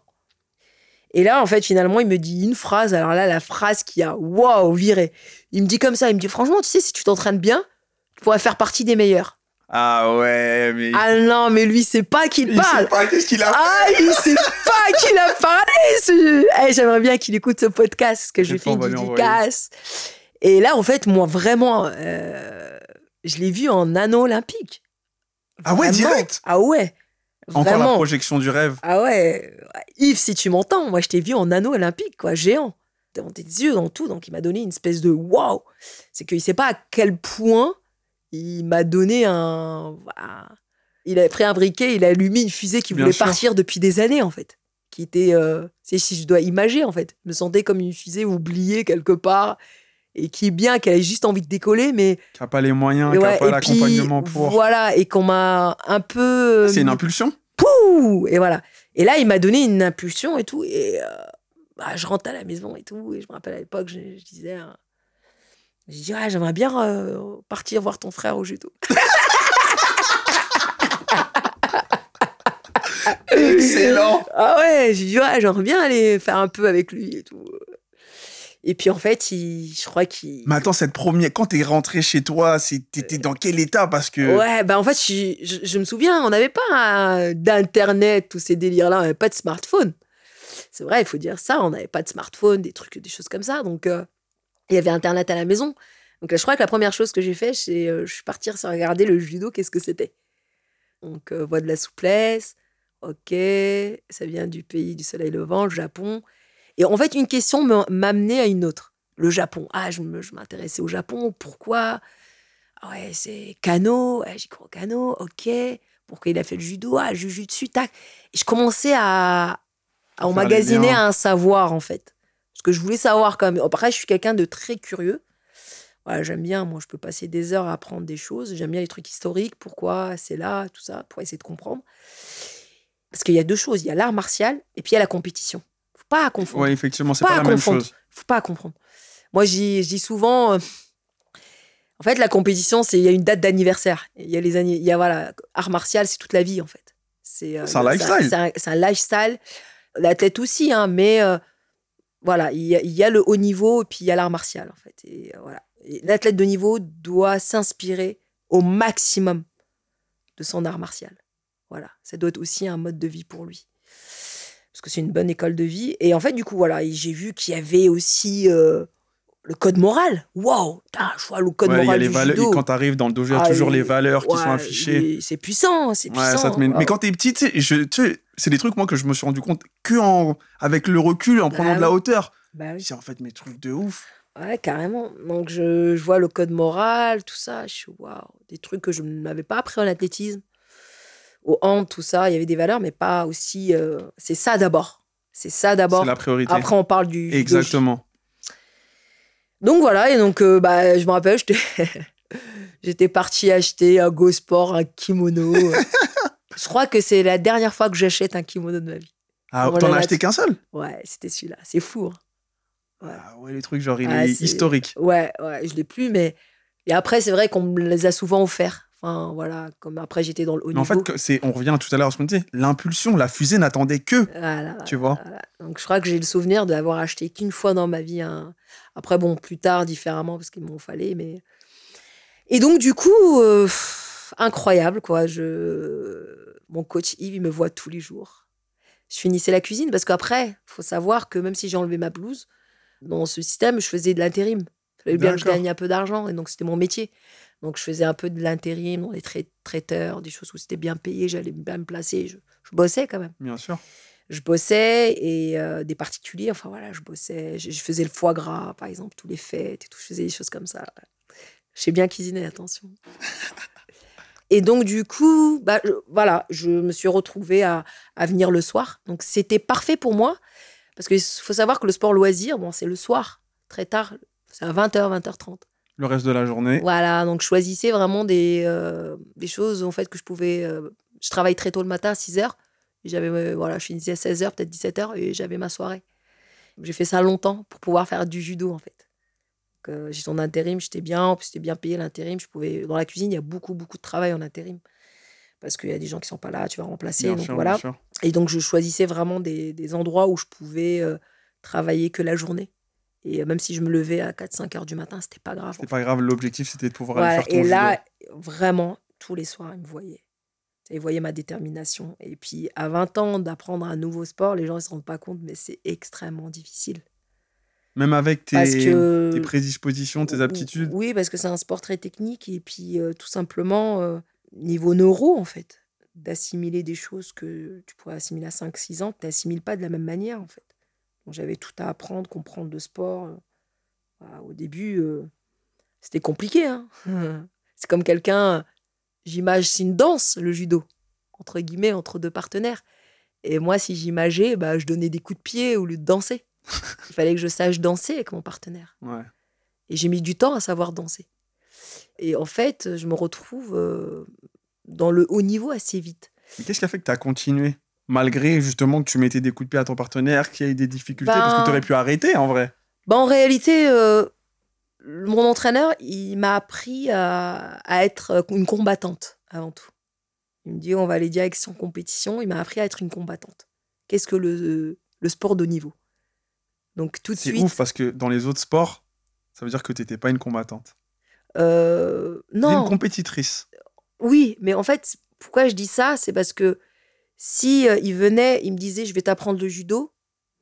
Et là, en fait, finalement, il me dit une phrase. Alors là, la phrase qui a, waouh, viré. Il me dit comme ça, il me dit, franchement, tu sais, si tu t'entraînes bien, tu pourrais faire partie des meilleurs. Ah ouais, mais. Ah non, mais lui, c'est pas qu'il Il sait parle. pas qu'est-ce qu'il a fait. Ah, il sait pas qu'il a parlé. Ce... Eh, j'aimerais bien qu'il écoute ce podcast, parce que je lui fais On une va lui envoyer. dédicace. Et là, en fait, moi, vraiment, euh, je l'ai vu en anneau olympique. Ah ouais, Vraiment. direct. Ah ouais. Encore la Vraiment. projection du rêve. Ah ouais. Yves, si tu m'entends, moi, je t'ai vu en anneau olympique, quoi, géant. Devant tes yeux, dans tout. Donc, il m'a donné une espèce de waouh. C'est qu'il sait pas à quel point il m'a donné un. un- Il a pris un briquet, il a allumé une fusée qui Bien voulait sûr. partir depuis des années, en fait. Qui était. euh, C'est si je dois imager, en fait. Je me sentais comme une fusée oubliée quelque part. Et qui est bien, qu'elle ait juste envie de décoller, mais. Qui a pas les moyens, Et qui a ouais, pas et l'accompagnement puis, pour. voilà, et qu'on m'a un peu. C'est une mis- impulsion. Pouh Et voilà. Et là, il m'a donné une impulsion et tout. Et euh, bah, je rentre à la maison et tout. Et je me rappelle à l'époque, je, je disais. euh, je dis, ah, j'aimerais bien euh, partir voir ton frère au judo. Excellent. Ah ouais, j'ai dit, ouais, j'aimerais bien aller faire un peu avec lui et tout. Et puis en fait, il, je crois qu'il. Mais attends, cette première, quand t'es rentré chez toi, c'est- t'étais dans quel état? Parce que. Ouais, bah en fait, je, je, je me souviens, on n'avait pas euh, d'internet, tous ces délires-là, on n'avait pas de smartphone. C'est vrai, il faut dire ça, on n'avait pas de smartphone, des trucs, des choses comme ça. Donc, euh, il y avait internet à la maison. Donc là, je crois que la première chose que j'ai fait, c'est euh, je suis partie sur regarder le judo, qu'est-ce que c'était. Donc, euh, voie de la souplesse, ok, ça vient du pays du soleil levant, le Japon. Et en fait, une question me- m'a amené à une autre. Le Japon. Ah, je me- je m'intéressais au Japon. Pourquoi? Ah ouais, c'est Kano. Ouais, j'y crois au Kano. Ok. Pourquoi il a fait le judo? Ah, jujutsu, tac. Et je commençais à, à faire les emmagasiner liens. un savoir, en fait. Parce que je voulais savoir quand même. Après, je suis quelqu'un de très curieux. Voilà, j'aime bien, moi, je peux passer des heures à apprendre des choses. J'aime bien les trucs historiques. Pourquoi c'est là, tout ça, pour essayer de comprendre. Parce qu'il y a deux choses. Il y a l'art martial et puis il y a la compétition. Faut pas confondre. Ouais, effectivement, c'est Pas pas, à la même confondre. chose. Faut pas comprendre. Moi, je dis, je dis souvent, euh, en fait, la compétition, c'est il y a une date d'anniversaire. Il y a les anni- il y a voilà, art martial, c'est toute la vie en fait. C'est euh, C'est un le- lifestyle. C'est un, c'est un lifestyle. L'athlète aussi, hein, mais euh, voilà, il y, a, il y a le haut niveau et puis il y a l'art martial en fait. Et euh, voilà, Et l'athlète de niveau doit s'inspirer au maximum de son art martial. Voilà, ça doit être aussi un mode de vie pour lui. Parce que c'est une bonne école de vie. Et en fait, du coup, voilà, et j'ai vu qu'il y avait aussi euh, le code moral. Waouh, putain, je vois le code Ouais, il y a moral les du valeurs. judo. Quand t'arrives dans le dojo, il y a Ah, toujours et- les valeurs qui ouais, sont affichées. et c'est puissant, c'est Ouais, puissant. ça te met- Mais waouh. quand t'es petit, tu sais, je- tu sais, c'est des trucs, moi, que je me suis rendu compte que en... avec le recul, en prenant Bah de la oui. hauteur. Bah oui. C'est en fait mes trucs de ouf. Ouais, carrément. Donc, je, je vois le code moral, tout ça. Je suis waouh, des trucs que je n'avais pas appris en athlétisme. Au hand, tout ça, il y avait des valeurs, mais pas aussi. euh, C'est ça d'abord. C'est ça C'est d'abord. la priorité. Après, on parle du. judo. Exactement. Donc voilà, et donc euh, bah, je me rappelle, j'étais, j'étais partie acheter un Go Sport, un kimono. Je crois que c'est la dernière fois que j'achète un kimono de ma vie. Ah, Comment t'en la as acheté nature- qu'un seul? Ouais, c'était celui-là. C'est fou. Hein. Ouais. Ah ouais, le truc, genre, il Ah, est c'est... historique. Ouais, ouais, je l'ai plus, mais... Et après, c'est vrai qu'on me les a souvent offerts. Enfin, voilà, comme après, j'étais dans le haut Mais en fait, niveau. que- c'est, on revient tout à l'heure à ce qu'on disait. L'impulsion, la fusée n'attendait que, Voilà, tu voilà, vois. voilà. Donc, je crois que j'ai le souvenir d'avoir acheté qu'une fois dans ma vie un... Après, bon, plus tard, différemment, parce qu'il m'en fallait, mais... Et donc, du coup, euh, pff, incroyable, quoi. Je... Mon coach Yves, il me voit tous les jours. Je finissais la cuisine, parce qu'après, il faut savoir que même si j'ai enlevé ma blouse, dans ce système, je faisais de l'intérim. Il fallait bien que je gagne D'accord. un peu d'argent, et donc c'était mon métier. Donc, je faisais un peu de l'intérim, dans les trai- traiteurs, des choses où c'était bien payé, j'allais bien me placer. Je, je bossais quand même. Bien sûr. Je bossais et euh, des particuliers, enfin voilà, je bossais. Je, je faisais le foie gras, par exemple, tous les fêtes et tout. Je faisais des choses comme ça. Je sais bien cuisiner, attention. Et donc, du coup, bah, je- voilà, je me suis retrouvée à, à venir le soir. Donc, c'était parfait pour moi. Parce qu'il faut savoir que le sport loisir, bon, c'est le soir, très tard. C'est à vingt heures, vingt heures trente. Le reste de la journée. Voilà, donc je choisissais vraiment des, euh, des choses en fait que je pouvais. Euh, je travaille très tôt le matin à six heures. Et j'avais, euh, voilà, je finissais à seize heures, peut-être dix-sept heures, et j'avais ma soirée. J'ai fait ça longtemps pour pouvoir faire du judo en fait. Donc, euh, j'étais en intérim, j'étais bien, en plus c'était bien payé l'intérim. Je pouvais, dans la cuisine, il y a beaucoup, beaucoup de travail en intérim. Parce qu'il y a des gens qui sont pas là, tu vas remplacer. Bien Donc sûr, bien voilà. sûr. Et donc je choisissais vraiment des, des endroits où je pouvais euh, travailler que la journée. Et euh, même si je me levais à quatre cinq heures du matin, c'était pas grave en C'était pas fait. grave, l'objectif, c'était de pouvoir aller Voilà. faire ton Et judo. là, vraiment, tous les soirs, ils me voyaient. Ils voyaient ma détermination. Et puis, à vingt ans, d'apprendre un nouveau sport, les gens ne se rendent pas compte, mais c'est extrêmement difficile. Même avec Parce tes, tes que, prédispositions, tes aptitudes. oui, parce que c'est un sport très technique. Et puis, euh, tout simplement, euh, niveau neuro, en fait, d'assimiler des choses que tu pourrais assimiler à cinq six ans, tu n'assimiles pas de la même manière, en fait. Donc, j'avais tout à apprendre, comprendre de sport. Voilà, au début, euh, c'était compliqué. Hein. C'est comme quelqu'un, j'imagine, c'est une danse, le judo, entre guillemets, entre deux partenaires. Et moi, si j'imageais, bah, je donnais des coups de pied au lieu de danser. Il fallait que je sache danser avec mon partenaire. Ouais. Et j'ai mis du temps à savoir danser. Et en fait, je me retrouve euh, dans le haut niveau assez vite. Mais qu'est-ce qui a fait que tu as continué? Malgré justement que tu mettais des coups de pied à ton partenaire, qu'il y ait eu des difficultés, parce que tu aurais Ben, pu arrêter en vrai. ben en réalité, euh, mon entraîneur, il m'a appris à, à être une combattante avant tout. Il me dit, on va aller direction compétition. Il m'a appris à être une combattante. Qu'est-ce que le, le sport de haut niveau? Donc tout de C'est ouf suite, parce que dans les autres sports, ça veut dire que tu n'étais pas une combattante. euh, Tu étais une non, compétitrice. oui, mais en fait, pourquoi je dis ça? C'est parce que si euh, il venait, il me disait, je vais t'apprendre le judo,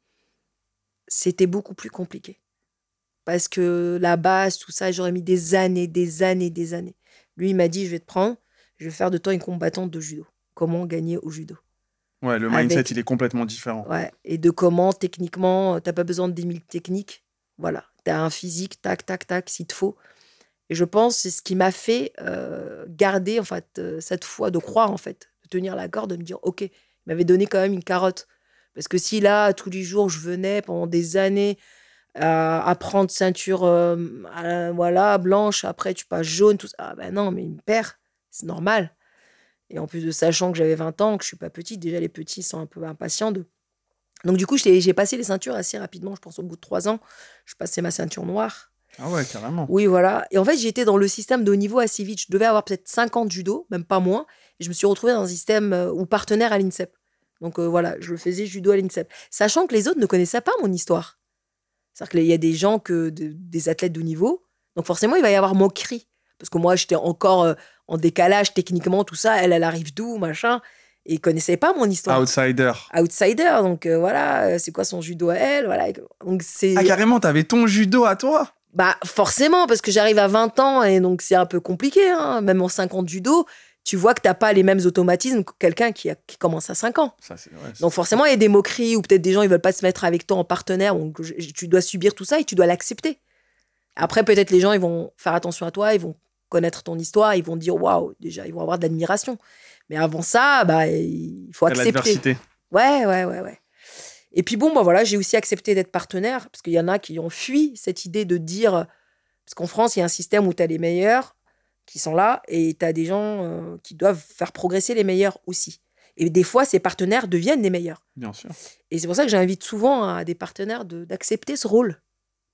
c'était beaucoup plus compliqué. Parce que la base, tout ça, j'aurais mis des années, des années, des années. Lui, il m'a dit, je vais te prendre, je vais faire de toi une combattante de judo. Comment gagner au judo? Ouais, le mindset, Avec, il est complètement différent. ouais, et de comment, techniquement, t'as pas besoin de dix mille techniques. Voilà, t'as un physique, tac, tac, tac, s'il te faut. Et je pense que c'est ce qui m'a fait euh, garder, en fait, euh, cette foi, de croire, en fait, de tenir la corde, de me dire, OK, il m'avait donné quand même une carotte. Parce que si là, tous les jours, je venais pendant des années à, à prendre ceinture euh, à- voilà, blanche, après tu passes jaune, tout ça, ah ben non, mais il me perd, c'est normal. Et en plus de sachant que j'avais vingt ans, que je suis pas petite, déjà les petits sont un peu impatients de... Donc du coup, j'ai j'ai passé les ceintures assez rapidement, je pense au bout de trois ans, je passais ma ceinture noire. Ah ouais, carrément. Oui, voilà. Et en fait, j'étais dans le système de haut niveau assez vite. Je devais avoir peut-être cinq ans de judo, même pas moins. Et je me suis retrouvée dans un système euh, ou partenaire à l'INSEP. Donc euh, voilà, je faisais judo à l'INSEP. Sachant que les autres ne connaissaient pas mon histoire. C'est-à-dire qu'il y a des gens, que, de- des athlètes de haut niveau. Donc forcément, il va y avoir moquerie. Parce que moi, j'étais encore euh, en décalage techniquement, tout ça. Elle, elle arrive d'où, machin. Et ils ne connaissaient pas mon histoire. Outsider. Outsider, donc euh, voilà, euh, c'est quoi son judo à elle, voilà. Donc Ah, c'est... carrément, t'avais ton judo à toi? Bah forcément, parce que j'arrive à vingt ans et donc c'est un peu compliqué, hein. Même en cinq ans de judo, tu vois que t'as pas les mêmes automatismes que quelqu'un qui, a- qui commence à cinq ans. Ça, c'est ouais, Donc c'est forcément, il y a des moqueries ou peut-être des gens ils veulent pas se mettre avec toi en partenaire, donc je- je- tu dois subir tout ça et tu dois l'accepter. Après, peut-être les gens ils vont faire attention à toi, ils vont connaître ton histoire, ils vont dire waouh, déjà ils vont avoir de l'admiration. Mais avant ça, bah il faut t'as accepter. l'adversité. Ouais, ouais, ouais, ouais. Et puis bon, bah voilà, j'ai aussi accepté d'être partenaire parce qu'il y en a qui ont fui cette idée de dire, parce qu'en France, il y a un système où tu as les meilleurs qui sont là et tu as des gens euh, qui doivent faire progresser les meilleurs aussi. Et des fois, ces partenaires deviennent les meilleurs. Bien sûr. Et c'est pour ça que j'invite souvent à des partenaires de- d'accepter ce rôle.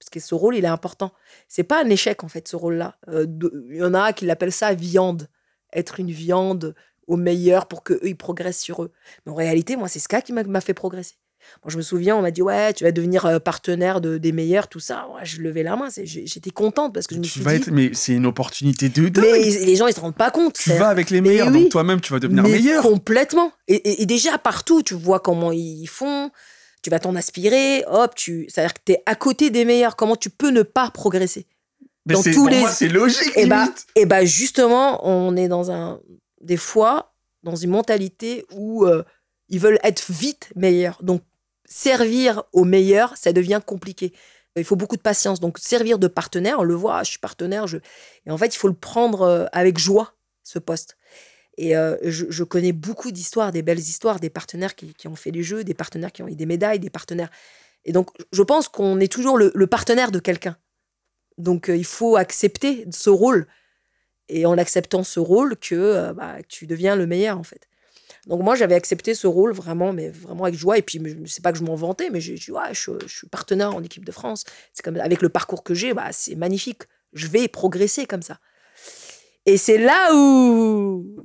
Parce que ce rôle, il est important. C'est pas un échec, en fait, ce rôle-là. Euh, de- Il y en a qui l'appellent ça viande. Être une viande au meilleur pour qu'eux, ils progressent sur eux. Mais en réalité, moi, c'est ce cas qui m'a m'a fait progresser. Moi, je me souviens, on m'a dit, ouais, tu vas devenir euh, partenaire de, des meilleurs, tout ça. Ouais, je levais la main. c'est- j'ai- J'étais contente parce que je me Tu suis vas dit, être, mais c'est une opportunité de mais dingue. les gens, ils se rendent pas compte. Tu c'est- vas avec les Mais meilleurs, donc oui, toi-même, tu vas devenir mais meilleur. complètement. Et, et- et déjà, partout, tu vois comment ils font. Tu vas t'en aspirer. Hop, tu... c'est-à-dire que tu es à côté des meilleurs. Comment tu peux ne pas progresser Mais dans c'est, tous pour les... moi, c'est logique, Et bah, limite. et bah, justement, on est dans un... Des fois, dans une mentalité où euh, ils veulent être vite meilleurs. Donc, servir aux meilleurs, ça devient compliqué. Il faut beaucoup de patience. Donc, servir de partenaire, on le voit, ah, je suis partenaire. Je... Et en fait, il faut le prendre euh, avec joie, ce poste. Et euh, je, je connais beaucoup d'histoires, des belles histoires, des partenaires qui, qui ont fait les jeux, des partenaires qui ont eu des médailles, des partenaires. Et donc, je pense qu'on est toujours le, le partenaire de quelqu'un. Donc, euh, il faut accepter ce rôle. Et en acceptant ce rôle, que euh, bah, tu deviens le meilleur, en fait. Donc, moi, j'avais accepté ce rôle vraiment, mais vraiment avec joie. Et puis, c'est pas que je m'en vantais, mais j'ai dit, ouais, je, je suis partenaire en équipe de France. C'est comme, avec le parcours que j'ai, bah, c'est magnifique. Je vais progresser comme ça. Et c'est là où,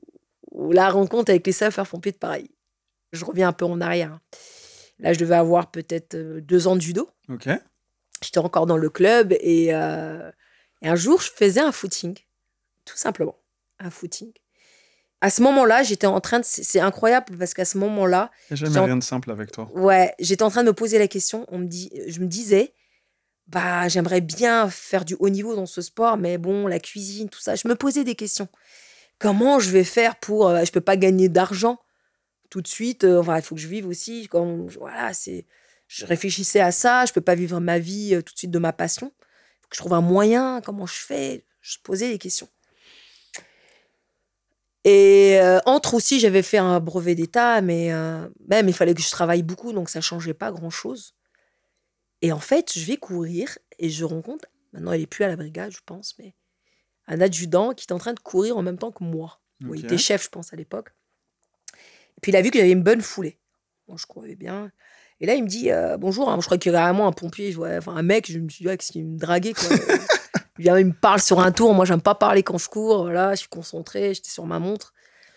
où la rencontre avec les sapeurs-pompiers de Paris. Je reviens un peu en arrière. Là, je devais avoir peut-être euh, deux ans de judo. Ok. J'étais encore dans le club et, euh, et un jour, je faisais un footing, tout simplement, un footing. À ce moment-là, j'étais en train de... C'est c'est incroyable parce qu'à ce moment-là, Il n'y a jamais j'étais en- rien de simple avec toi. ouais, j'étais en train de me poser la question. On me dit, je me disais, bah, j'aimerais bien faire du haut niveau dans ce sport, mais bon, la cuisine, tout ça. Je me posais des questions. Comment je vais faire pour... euh, je peux pas gagner d'argent tout de suite. euh, enfin, il faut que je vive aussi. Comme, voilà, c'est... Je réfléchissais à ça. Je peux pas vivre ma vie euh, tout de suite de ma passion. Il faut que je trouve un moyen. Comment je fais? Je posais des questions. Et euh, entre aussi, j'avais fait un brevet d'État, mais euh, même il fallait que je travaille beaucoup, donc ça changeait pas grand-chose. Et en fait, je vais courir et je rencontre, maintenant il est plus à la brigade, je pense, mais un adjudant qui était en train de courir en même temps que moi. Bon, il Ok. était chef, je pense, à l'époque. Et puis il a vu que j'avais une bonne foulée. Bon, je courais bien. Et là, il me dit euh, bonjour. Hein. Je crois qu'il y a carrément un pompier, je vois, enfin un mec. Je me suis dit, ouais, qu'est-ce qu'il me draguait, quoi. Il vient, il me parle sur un tour. Moi, j'aime pas parler quand je cours. Voilà, je suis concentrée, j'étais sur ma montre.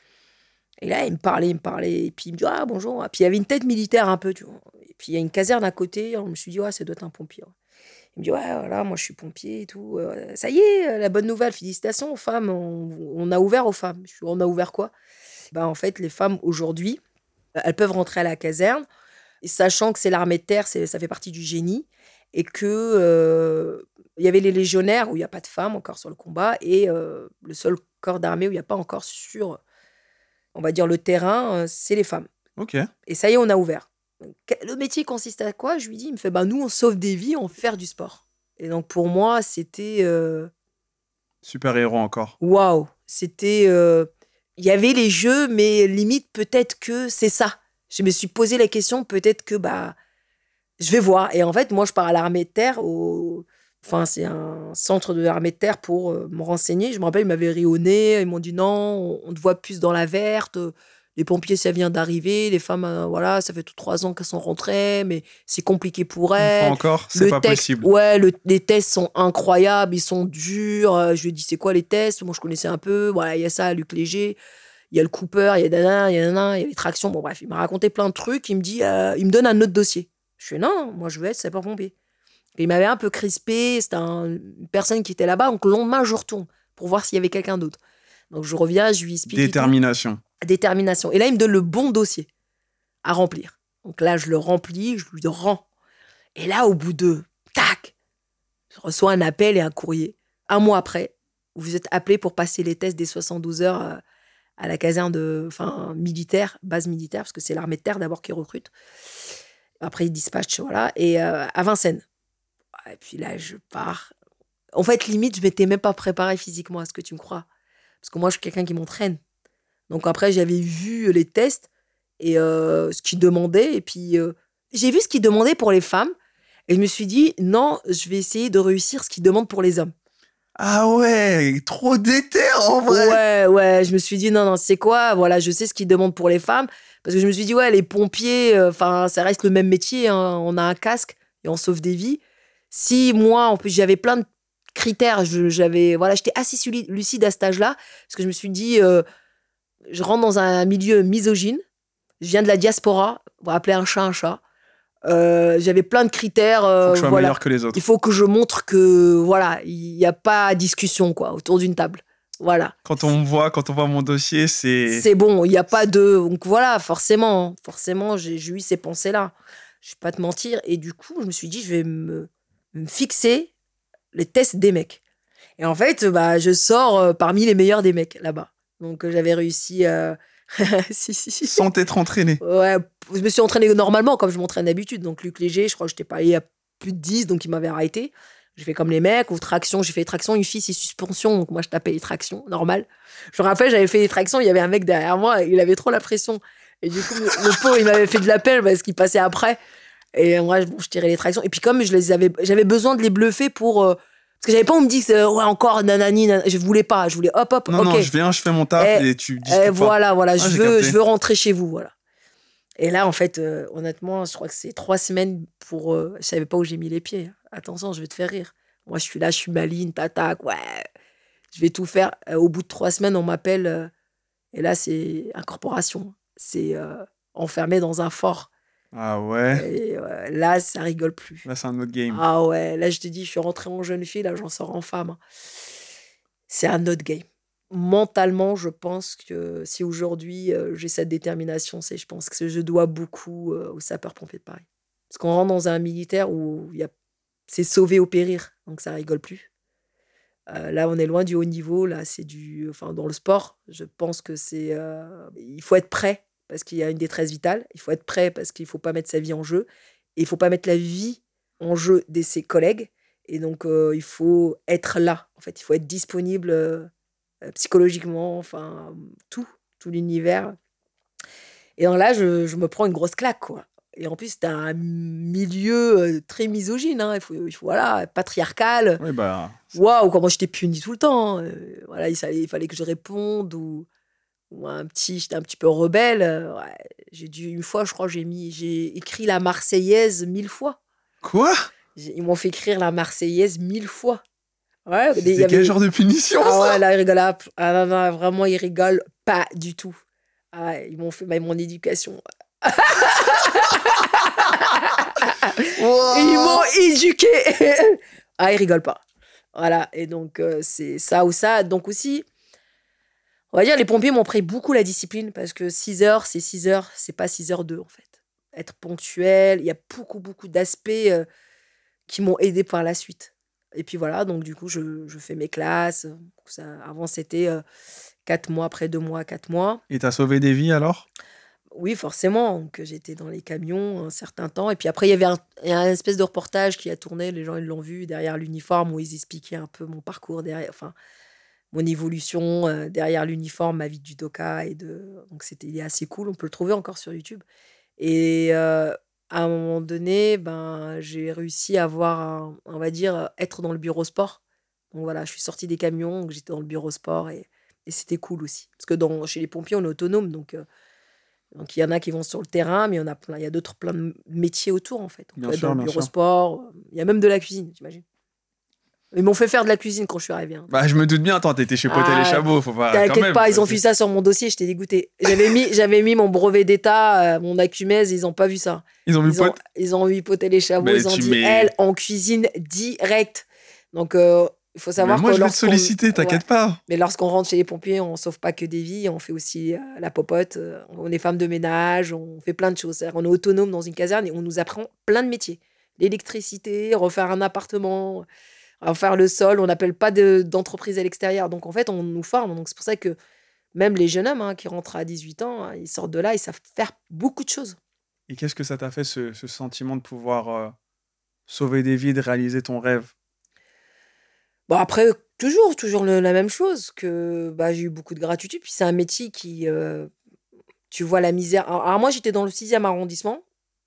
Et là, il me parlait, il me parlait. Et puis il me dit, ah bonjour. Et puis il y avait une tête militaire un peu, tu vois. Et puis il y a une caserne à côté. Je me suis dit, ouais, ça doit être un pompier. Il me dit, ouais, voilà, moi je suis pompier et tout. Euh, ça y est, la bonne nouvelle, félicitations aux femmes. On, on a ouvert aux femmes. Je suis, on a ouvert quoi? Ben, en fait, les femmes aujourd'hui, elles peuvent rentrer à la caserne, et sachant que c'est l'armée de terre, c'est, ça fait partie du génie, et que euh, il y avait les légionnaires où il n'y a pas de femmes encore sur le combat, et euh, le seul corps d'armée où il n'y a pas encore sur, on va dire, le terrain, euh, c'est les femmes. Ok. Et ça y est, on a ouvert. Donc, le métier consiste à quoi? Je lui dis, il me fait, bah, nous, on sauve des vies, on fait faire du sport. Et donc, pour moi, c'était... euh, Super héros encore. Waouh, c'était... euh, Il y avait les jeux, mais limite, peut-être que c'est ça. Je me suis posé la question, peut-être que bah, je vais voir. Et en fait, moi, je pars à l'armée de terre. Au... Enfin, c'est un centre de l'armée de terre pour euh, me renseigner. Je me rappelle, ils m'avaient ri au nez. Ils m'ont dit non, on, on te voit plus dans la verte. Les pompiers, ça vient d'arriver. Les femmes, euh, voilà, ça fait tout trois ans qu'elles sont rentrées, mais c'est compliqué pour Une fois elles. encore, c'est Le pas texte, possible. ouais, le- les tests sont incroyables, ils sont durs. Euh, Je lui ai dit, c'est quoi les tests? Moi, je connaissais un peu. Voilà, il y a ça, Luc Léger, il y a le Cooper, il y a Dana, il y a Nana, il y a les tractions. Bon, bref, il m'a raconté plein de trucs. Il me dit, euh, il me donne un autre dossier. Je fais, non, moi, je veux être sapeur-pompier. Et il m'avait un peu crispé. C'était un- une personne qui était là-bas. Donc, le lendemain, je retourne pour voir s'il y avait quelqu'un d'autre. Donc, je reviens, je lui explique. et tout. Détermination. Détermination. Et là, il me donne le bon dossier à remplir. Donc là, je le remplis, je lui rends. Et là, au bout de... Tac! Je reçois un appel et un courrier. Un mois après, vous êtes appelé pour passer les tests des soixante-douze heures euh, à la caserne de, enfin, militaire, base militaire, parce que c'est l'armée de terre d'abord qui recrute. Après, ils dispatchent, voilà. Et euh, à Vincennes. Et puis là, je pars. En fait, limite, je m'étais même pas préparée physiquement à ce que tu me crois. Parce que moi, je suis quelqu'un qui m'entraîne. Donc après, j'avais vu les tests et euh, ce qu'ils demandaient. Et puis, euh, j'ai vu ce qu'ils demandaient pour les femmes. Et je me suis dit, non, je vais essayer de réussir ce qu'ils demandent pour les hommes. Ah ouais, trop déter en vrai. Ouais, ouais, je me suis dit, non, non, c'est quoi? Voilà, je sais ce qu'ils demandent pour les femmes. Parce que je me suis dit, ouais, les pompiers, enfin, ça reste le même métier. Hein. On a un casque et on sauve des vies. Si moi, en plus, j'avais plein de critères, je, j'avais, voilà, j'étais assez suli- lucide à cet âge-là, parce que je me suis dit, euh, je rentre dans un milieu misogyne, je viens de la diaspora, on va appeler un chat un chat. Euh, j'avais plein de critères, Faut que euh, je sois voilà. meilleur que les Il autres. faut que je montre que, voilà, il n'y a pas discussion, quoi, autour d'une table. Voilà. Quand on me voit, quand on voit mon dossier, c'est... C'est bon, il n'y a pas de... Donc voilà, forcément, forcément, j'ai, j'ai eu ces pensées-là. Je ne vais pas te mentir. Et du coup, je me suis dit, je vais me, me fixer les tests des mecs. Et en fait, bah, je sors euh, parmi les meilleurs des mecs là-bas. Donc euh, j'avais réussi... euh, si, si, si. Sans t'être entraîné. Ouais, je me suis entraîné normalement, comme je m'entraîne d'habitude. Donc Luc Léger, je crois que j'étais pas allé à plus de dix, donc il m'avait arrêté. J'ai fait comme les mecs, ou traction, j'ai fait traction, une fille, c'est suspension. Donc moi, je tapais les tractions, normal. Je me rappelle, j'avais fait les tractions, il y avait un mec derrière moi, il avait trop la pression. Et du coup, le le pauvre, il m'avait fait de la peine parce qu'il passait après. Et moi, bon, je tirais les tractions. Et puis comme je les avais, j'avais besoin de les bluffer pour... euh, parce que j'avais pas, on me dit, que, ouais, encore nanani, nanani, je voulais pas. Je voulais hop, hop, Non, ok. non, je viens, je fais mon taf Et, et tu et discutes pas. voilà, voilà, Ah, je, j'ai veux, capté. je veux rentrer chez vous, voilà. Et là, en fait, euh, honnêtement, je crois que c'est trois semaines pour... Euh, je savais pas où j'ai mis les pieds. Attention, je vais te faire rire. Moi, je suis là, je suis maline, tatac, ouais. Je vais tout faire. Euh, au bout de trois semaines, on m'appelle. euh, et là, c'est incorporation. C'est euh, enfermé dans un fort. Ah ouais. Et euh, là, ça rigole plus. Là, c'est un autre game. Ah ouais, là, je te dis, je suis rentrée en jeune fille, là, j'en sors en femme. C'est un autre game. Mentalement, je pense que si aujourd'hui euh, j'ai cette détermination, c'est je pense que je dois beaucoup euh, aux sapeurs-pompiers de Paris. Parce qu'on rentre dans un militaire où il y a... c'est sauver ou périr, donc ça rigole plus. Euh, là, on est loin du haut niveau, là, c'est du... Enfin, dans le sport, je pense que c'est... euh, Il faut être prêt, parce qu'il y a une détresse vitale. Il faut être prêt, parce qu'il ne faut pas mettre sa vie en jeu. Et il ne faut pas mettre la vie en jeu de ses collègues. Et donc, euh, il faut être là. En fait, il faut être disponible euh, euh, psychologiquement, enfin, tout, tout l'univers. Et donc là, je, je me prends une grosse claque, quoi. Et en plus, c'était un milieu euh, très misogyne, hein. Il faut, il faut, voilà, patriarcal. Oui, bah. Waouh, comment j'étais punie tout le temps, hein. Euh, voilà, il fallait, il fallait que je réponde ou, ou un petit, j'étais un petit peu rebelle. euh, ouais. J'ai dû, une fois, je crois, j'ai mis, j'ai écrit la Marseillaise mille fois. Quoi? J'ai- Ils m'ont fait écrire la Marseillaise mille fois. Ouais, des- il y C'était quel avait... genre de punition, Ah ça? ouais, là, ils rigolent. Ah, ah non, non, vraiment, ils rigolent pas du tout. Ah, ouais, ils m'ont fait bah, mon éducation. Ils m'ont éduqué. Ah, ils rigolent pas. Voilà, et donc euh, c'est ça ou ça. Donc aussi, on va dire, les pompiers m'ont pris beaucoup la discipline parce que six heures, c'est six heures, c'est pas six heures deux en fait. Être ponctuel, il y a beaucoup, beaucoup d'aspects euh, qui m'ont aidé par la suite. Et puis voilà, donc du coup, je, je fais mes classes. Ça, avant, c'était euh, quatre mois, après deux mois, quatre mois. Et t'as sauvé des vies alors? Oui, forcément, que j'étais dans les camions un certain temps. Et puis après, il y avait un, il y a un espèce de reportage qui a tourné, les gens ils l'ont vu, derrière l'uniforme, où ils expliquaient un peu mon parcours, derrière, enfin, mon évolution euh, derrière l'uniforme, ma vie de judoka. Et de... Donc c'était il est assez cool, on peut le trouver encore sur YouTube. Et euh, à un moment donné, ben, j'ai réussi à avoir, un- on va dire, être dans le bureau sport. Donc voilà, je suis sortie des camions, donc j'étais dans le bureau sport et, et c'était cool aussi. Parce que dans, chez les pompiers, on est autonome, donc... euh, donc, il y en a qui vont sur le terrain, mais il y en a plein, il y a d'autres plein de métiers autour, en fait. On Bien peut être dans sûr, le bien bureau sûr. sport, euh, il y a même de la cuisine, j'imagine. Ils m'ont fait faire de la cuisine quand je suis arrivée, hein, Bah, je me doute bien, attends, t'étais chez Potel et Ah, Chabot, faut pas. Quand t'inquiète même. pas, ils ont c'est- vu ça sur mon dossier, j'étais dégoûtée. J'avais mis, j'avais mis mon brevet d'état, euh, mon acumèse, ils ont pas vu ça. Ils ont vu Ils ont, Pot. ils ont vu Potel et Chabot, Mais ils ont tu dit, mets. elle, en cuisine direct. Donc, euh, il faut Mais savoir moi, que je vais te lorsqu'on... solliciter, Ouais. t'inquiète pas. Mais lorsqu'on rentre chez les pompiers, on sauve pas que des vies, on fait aussi euh, la popote, euh, on est femme de ménage, on fait plein de choses. C'est-à-dire, on est autonome dans une caserne et on nous apprend plein de métiers. L'électricité, refaire un appartement, refaire le sol, on n'appelle pas de- d'entreprise à l'extérieur. Donc en fait, on nous forme. Donc c'est pour ça que même les jeunes hommes hein, qui rentrent à dix-huit ans, hein, ils sortent de là, ils savent faire beaucoup de choses. Et qu'est-ce que ça t'a fait, ce, ce sentiment de pouvoir euh, sauver des vies, de réaliser ton rêve? Bon, après, toujours, toujours le- la même chose, que bah, j'ai eu beaucoup de gratitude. Puis c'est un métier qui, euh, tu vois la misère. Alors, alors moi, j'étais dans le sixième arrondissement.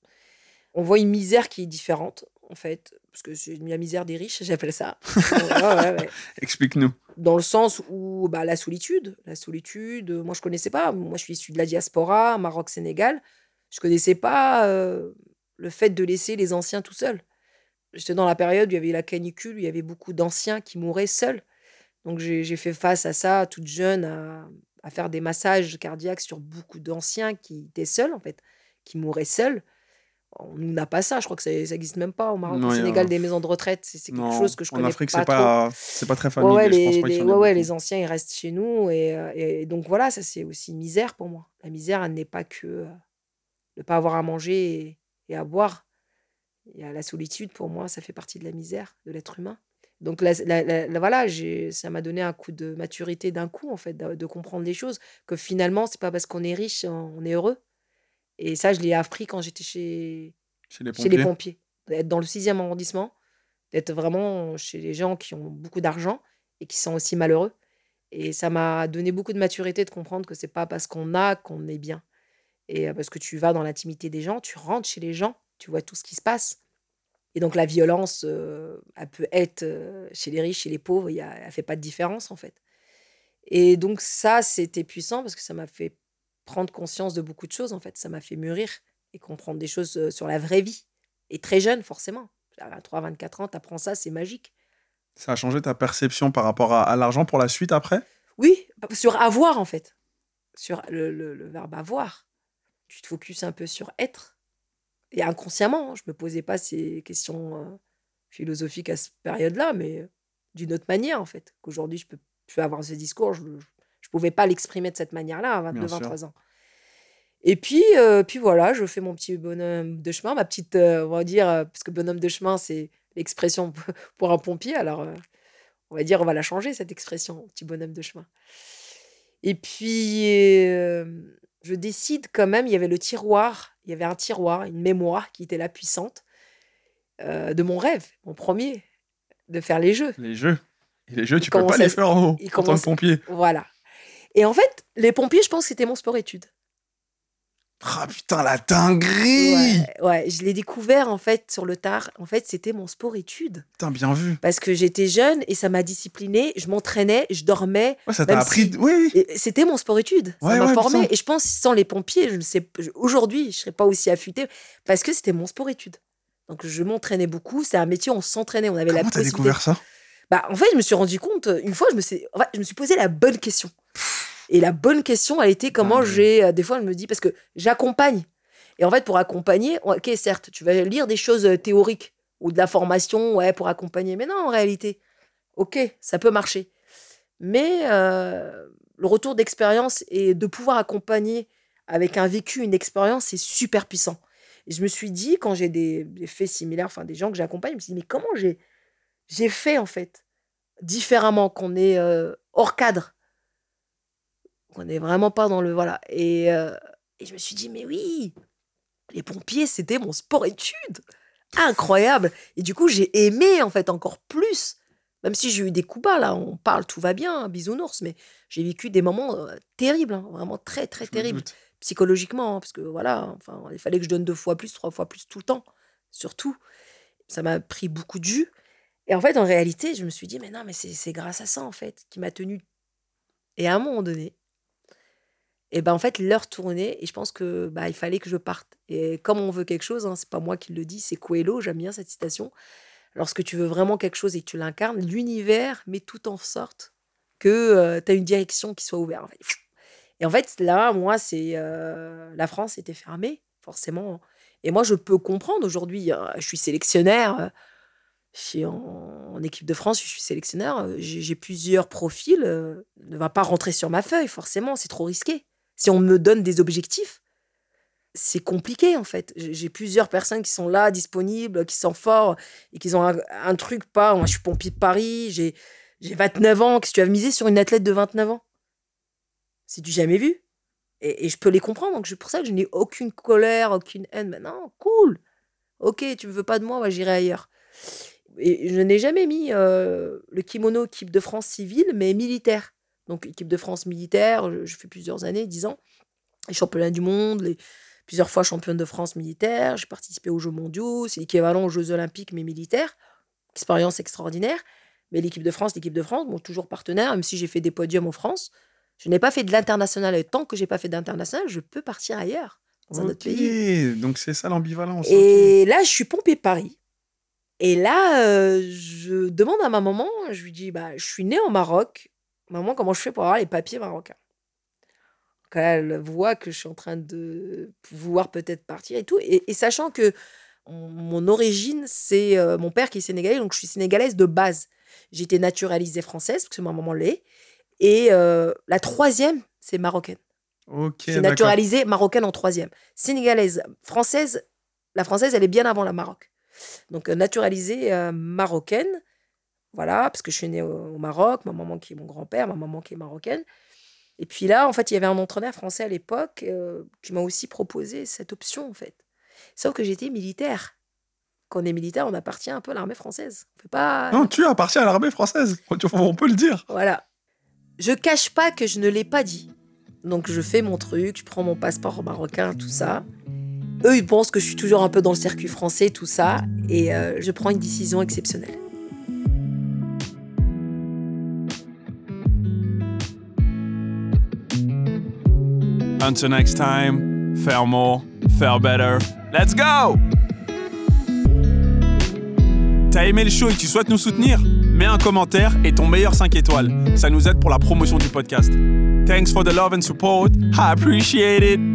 On voit une misère qui est différente, en fait, parce que c'est la misère des riches, j'appelle ça. Ouais, ouais, ouais. Explique-nous. Dans le sens où bah, la solitude, la solitude, euh, moi je connaissais pas. Moi je suis issue de la diaspora, Maroc-Sénégal. Je connaissais pas euh, le fait de laisser les anciens tout seuls. j'étais dans la période où il y avait la canicule, où il y avait beaucoup d'anciens qui mouraient seuls. Donc j'ai j'ai fait face à ça, toute jeune, à, à faire des massages cardiaques sur beaucoup d'anciens qui étaient seuls, en fait, qui mouraient seuls. On n'a pas ça, je crois que ça n'existe même pas au Maroc. Au Non, il y a- Sénégal, des maisons de retraite, c'est c'est quelque chose non. que je En connais Afrique, c'est pas trop. pas, c'est pas très Ouais, ouais, familier. Je pense les, pas qu'il les, y en ait ouais, ouais, beaucoup. les anciens, ils restent chez nous. Et, euh, et donc voilà, ça c'est aussi une misère pour moi. La misère, elle n'est pas que euh, de ne pas avoir à manger et, et à boire. Il y a la solitude, pour moi, ça fait partie de la misère de l'être humain. Donc la- la- la- la- voilà, j'ai, ça m'a donné un coup de maturité d'un coup, en fait, de, de comprendre les choses, que finalement, c'est pas parce qu'on est riche, on on est heureux. Et ça, je l'ai appris quand j'étais chez, Chez les chez les pompiers. pompiers. D'être dans le sixième arrondissement, d'être vraiment chez les gens qui ont beaucoup d'argent et qui sont aussi malheureux. Et ça m'a donné beaucoup de maturité de comprendre que c'est pas parce qu'on a qu'on est bien. Et euh, parce que tu vas dans l'intimité des gens, tu rentres chez les gens, tu vois tout ce qui se passe. Et donc la violence, euh, elle peut être euh, chez les riches, chez les pauvres, il y a, elle fait pas de différence en fait. Et donc ça, c'était puissant parce que ça m'a fait prendre conscience de beaucoup de choses en fait. Ça m'a fait mûrir et comprendre des choses euh, sur la vraie vie. Et très jeune forcément. À vingt-trois, vingt-quatre ans, t'apprends ça, c'est magique. Ça a changé ta perception par rapport à, à l'argent pour la suite après? Oui, sur avoir en fait. Sur le, le- le verbe avoir. Tu te focuses un peu sur être. Et inconsciemment, hein, je me posais pas ces questions euh, philosophiques à cette période-là, mais euh, d'une autre manière, en fait. Qu'aujourd'hui, je peux, je peux avoir ce discours, je ne pouvais pas l'exprimer de cette manière-là à Bien vingt-deux, sûr. vingt-trois ans. Et puis, euh, puis voilà, je fais mon petit bonhomme de chemin, ma petite, euh, on va dire, euh, parce que bonhomme de chemin, c'est l'expression pour un pompier, alors euh, on va dire, on va la changer, cette expression, petit bonhomme de chemin. Et puis, euh, je décide quand même, il y avait le tiroir, il y avait un tiroir, une mémoire qui était là puissante, euh, de mon rêve, mon premier, de faire les jeux. Les jeux. Et les jeux, Il tu peux pas commence à, les s- faire en, il en tant que commence, pompier. voilà. Et en fait, les pompiers, je pense que c'était mon sport-études. Ah putain, la dinguerie! Ouais, ouais, je l'ai découvert en fait sur le tard. En fait, c'était mon sport-études. Putain, bien vu. Parce que j'étais jeune et ça m'a disciplinée. Je m'entraînais, je dormais, Ouais, ça t'a même appris. si. de- Oui, oui. Et c'était mon sport-études. Ça Ouais, m'a ouais, formée. putain. Et je pense sans les pompiers, je ne sais. je- Aujourd'hui, je ne serais pas aussi affûtée parce que c'était mon sport-études. Donc je m'entraînais beaucoup. C'est un métier, on s'entraînait, on avait la Comment t'as possibilité. découvert ça? Bah, en fait, je me suis rendu compte, euh, une fois, je me suis, en fait, je me suis posé la bonne question. Et la bonne question, elle était comment Dinguerie. j'ai. euh, Des fois, je me dis, parce que j'accompagne. Et en fait, pour accompagner, ok, certes, tu vas lire des choses euh, théoriques ou de la formation, ouais, pour accompagner. Mais non, en réalité, ok, ça peut marcher. Mais euh, le retour d'expérience et de pouvoir accompagner avec un vécu, une expérience, c'est super puissant. Et je me suis dit, quand j'ai des, des faits similaires, enfin des gens que j'accompagne, je me suis dit, mais comment j'ai, j'ai fait en fait différemment, qu'on est euh, hors cadre, qu'on n'est vraiment pas dans le. Voilà. Et, euh, et je me suis dit, mais oui, les pompiers, c'était mon sport-études. Incroyable. Et du coup, j'ai aimé en fait encore plus. Même si j'ai eu des coups bas, là, on parle, tout va bien, hein, bisounours, mais j'ai vécu des moments euh, terribles, hein, vraiment très, très Je me terribles, doute. psychologiquement, hein, parce que voilà, enfin, il fallait que je donne deux fois plus, trois fois plus tout le temps, surtout. Ça m'a pris beaucoup de jus. Et en fait, en réalité, je me suis dit, mais non, mais c'est c'est grâce à ça, en fait, qui m'a tenu. Et à un moment donné, et ben en fait, l'heure tournait et je pense que bah, il fallait que je parte. Et comme on veut quelque chose, hein, c'est pas moi qui le dis, c'est Coelho, j'aime bien cette citation. Lorsque tu veux vraiment quelque chose et que tu l'incarnes, l'univers met tout en sorte que tu as une direction qui soit ouverte. En fait. Et en fait, là, moi, c'est euh, la France était fermée, forcément. Et moi, je peux comprendre aujourd'hui. euh, je suis sélectionnaire. euh, Je suis en, en équipe de France, je suis sélectionneur. euh, J'ai j'ai plusieurs profils. euh, ne va pas rentrer sur ma feuille, forcément, c'est trop risqué. Si on me donne des objectifs, c'est compliqué en fait. J'ai j'ai plusieurs personnes qui sont là, disponibles, qui sont forts et qui ont un, un truc pas. Moi, je suis pompier de Paris, j'ai j'ai vingt-neuf ans. Qu'est-ce que tu as misé sur une athlète de vingt-neuf ans? C'est du jamais vu. Et, et je peux les comprendre. Donc, c'est pour ça que je n'ai aucune colère, aucune haine. Maintenant, cool. Ok, tu ne veux pas de moi, moi j'irai ailleurs. Et je n'ai jamais mis euh, le kimono équipe de France civile, mais militaire. Donc, équipe de France militaire, je, je fais plusieurs années, dix ans. Les championnats du monde, les, plusieurs fois championne de France militaire. J'ai participé aux Jeux mondiaux, c'est l'équivalent aux Jeux olympiques, mais militaires. Expérience extraordinaire. Mais l'équipe de France, l'équipe de France, bon, toujours partenaire, même si j'ai fait des podiums en France. Je n'ai pas fait de l'international. Et tant que j'ai pas fait d'international, je peux partir ailleurs, dans un autre Ok, pays. donc c'est ça l'ambivalence. Ok. Et là, je suis pompée Paris. Et là, euh, je demande à ma maman, je lui dis, bah, je suis née au Maroc. Maman, comment je fais pour avoir les papiers marocains? Donc là, elle voit que je suis en train de vouloir peut-être partir et tout. Et, et sachant que mon, mon origine, c'est euh, mon père qui est sénégalais, donc je suis sénégalaise de base. J'ai été naturalisée française, parce que ma maman l'est. Et euh, la troisième, c'est marocaine. Ok, Je suis d'accord. naturalisée marocaine en troisième. Sénégalaise, française, la française, elle est bien avant la Maroc. Donc, euh, naturalisée euh, marocaine, voilà, parce que je suis née au, au Maroc, ma maman qui est mon grand-père, ma maman qui est marocaine. Et puis là, en fait, il y avait un entraîneur français à l'époque euh, qui m'a aussi proposé cette option, en fait. Sauf que j'étais militaire. Quand on est militaire, on appartient un peu à l'armée française. On fait pas... Non, tu appartiens à l'armée française. On peut le dire. Voilà. Je cache pas que je ne l'ai pas dit. Donc, je fais mon truc, je prends mon passeport marocain, tout ça. Eux, ils pensent que je suis toujours un peu dans le circuit français, tout ça. Et euh, je prends une décision exceptionnelle. Until next time, faire more, faire better. Let's go! T'as aimé le show et tu souhaites nous soutenir? Mets un commentaire et ton meilleur cinq étoiles. Ça nous aide pour la promotion du podcast. Thanks for the love and support. I appreciate it.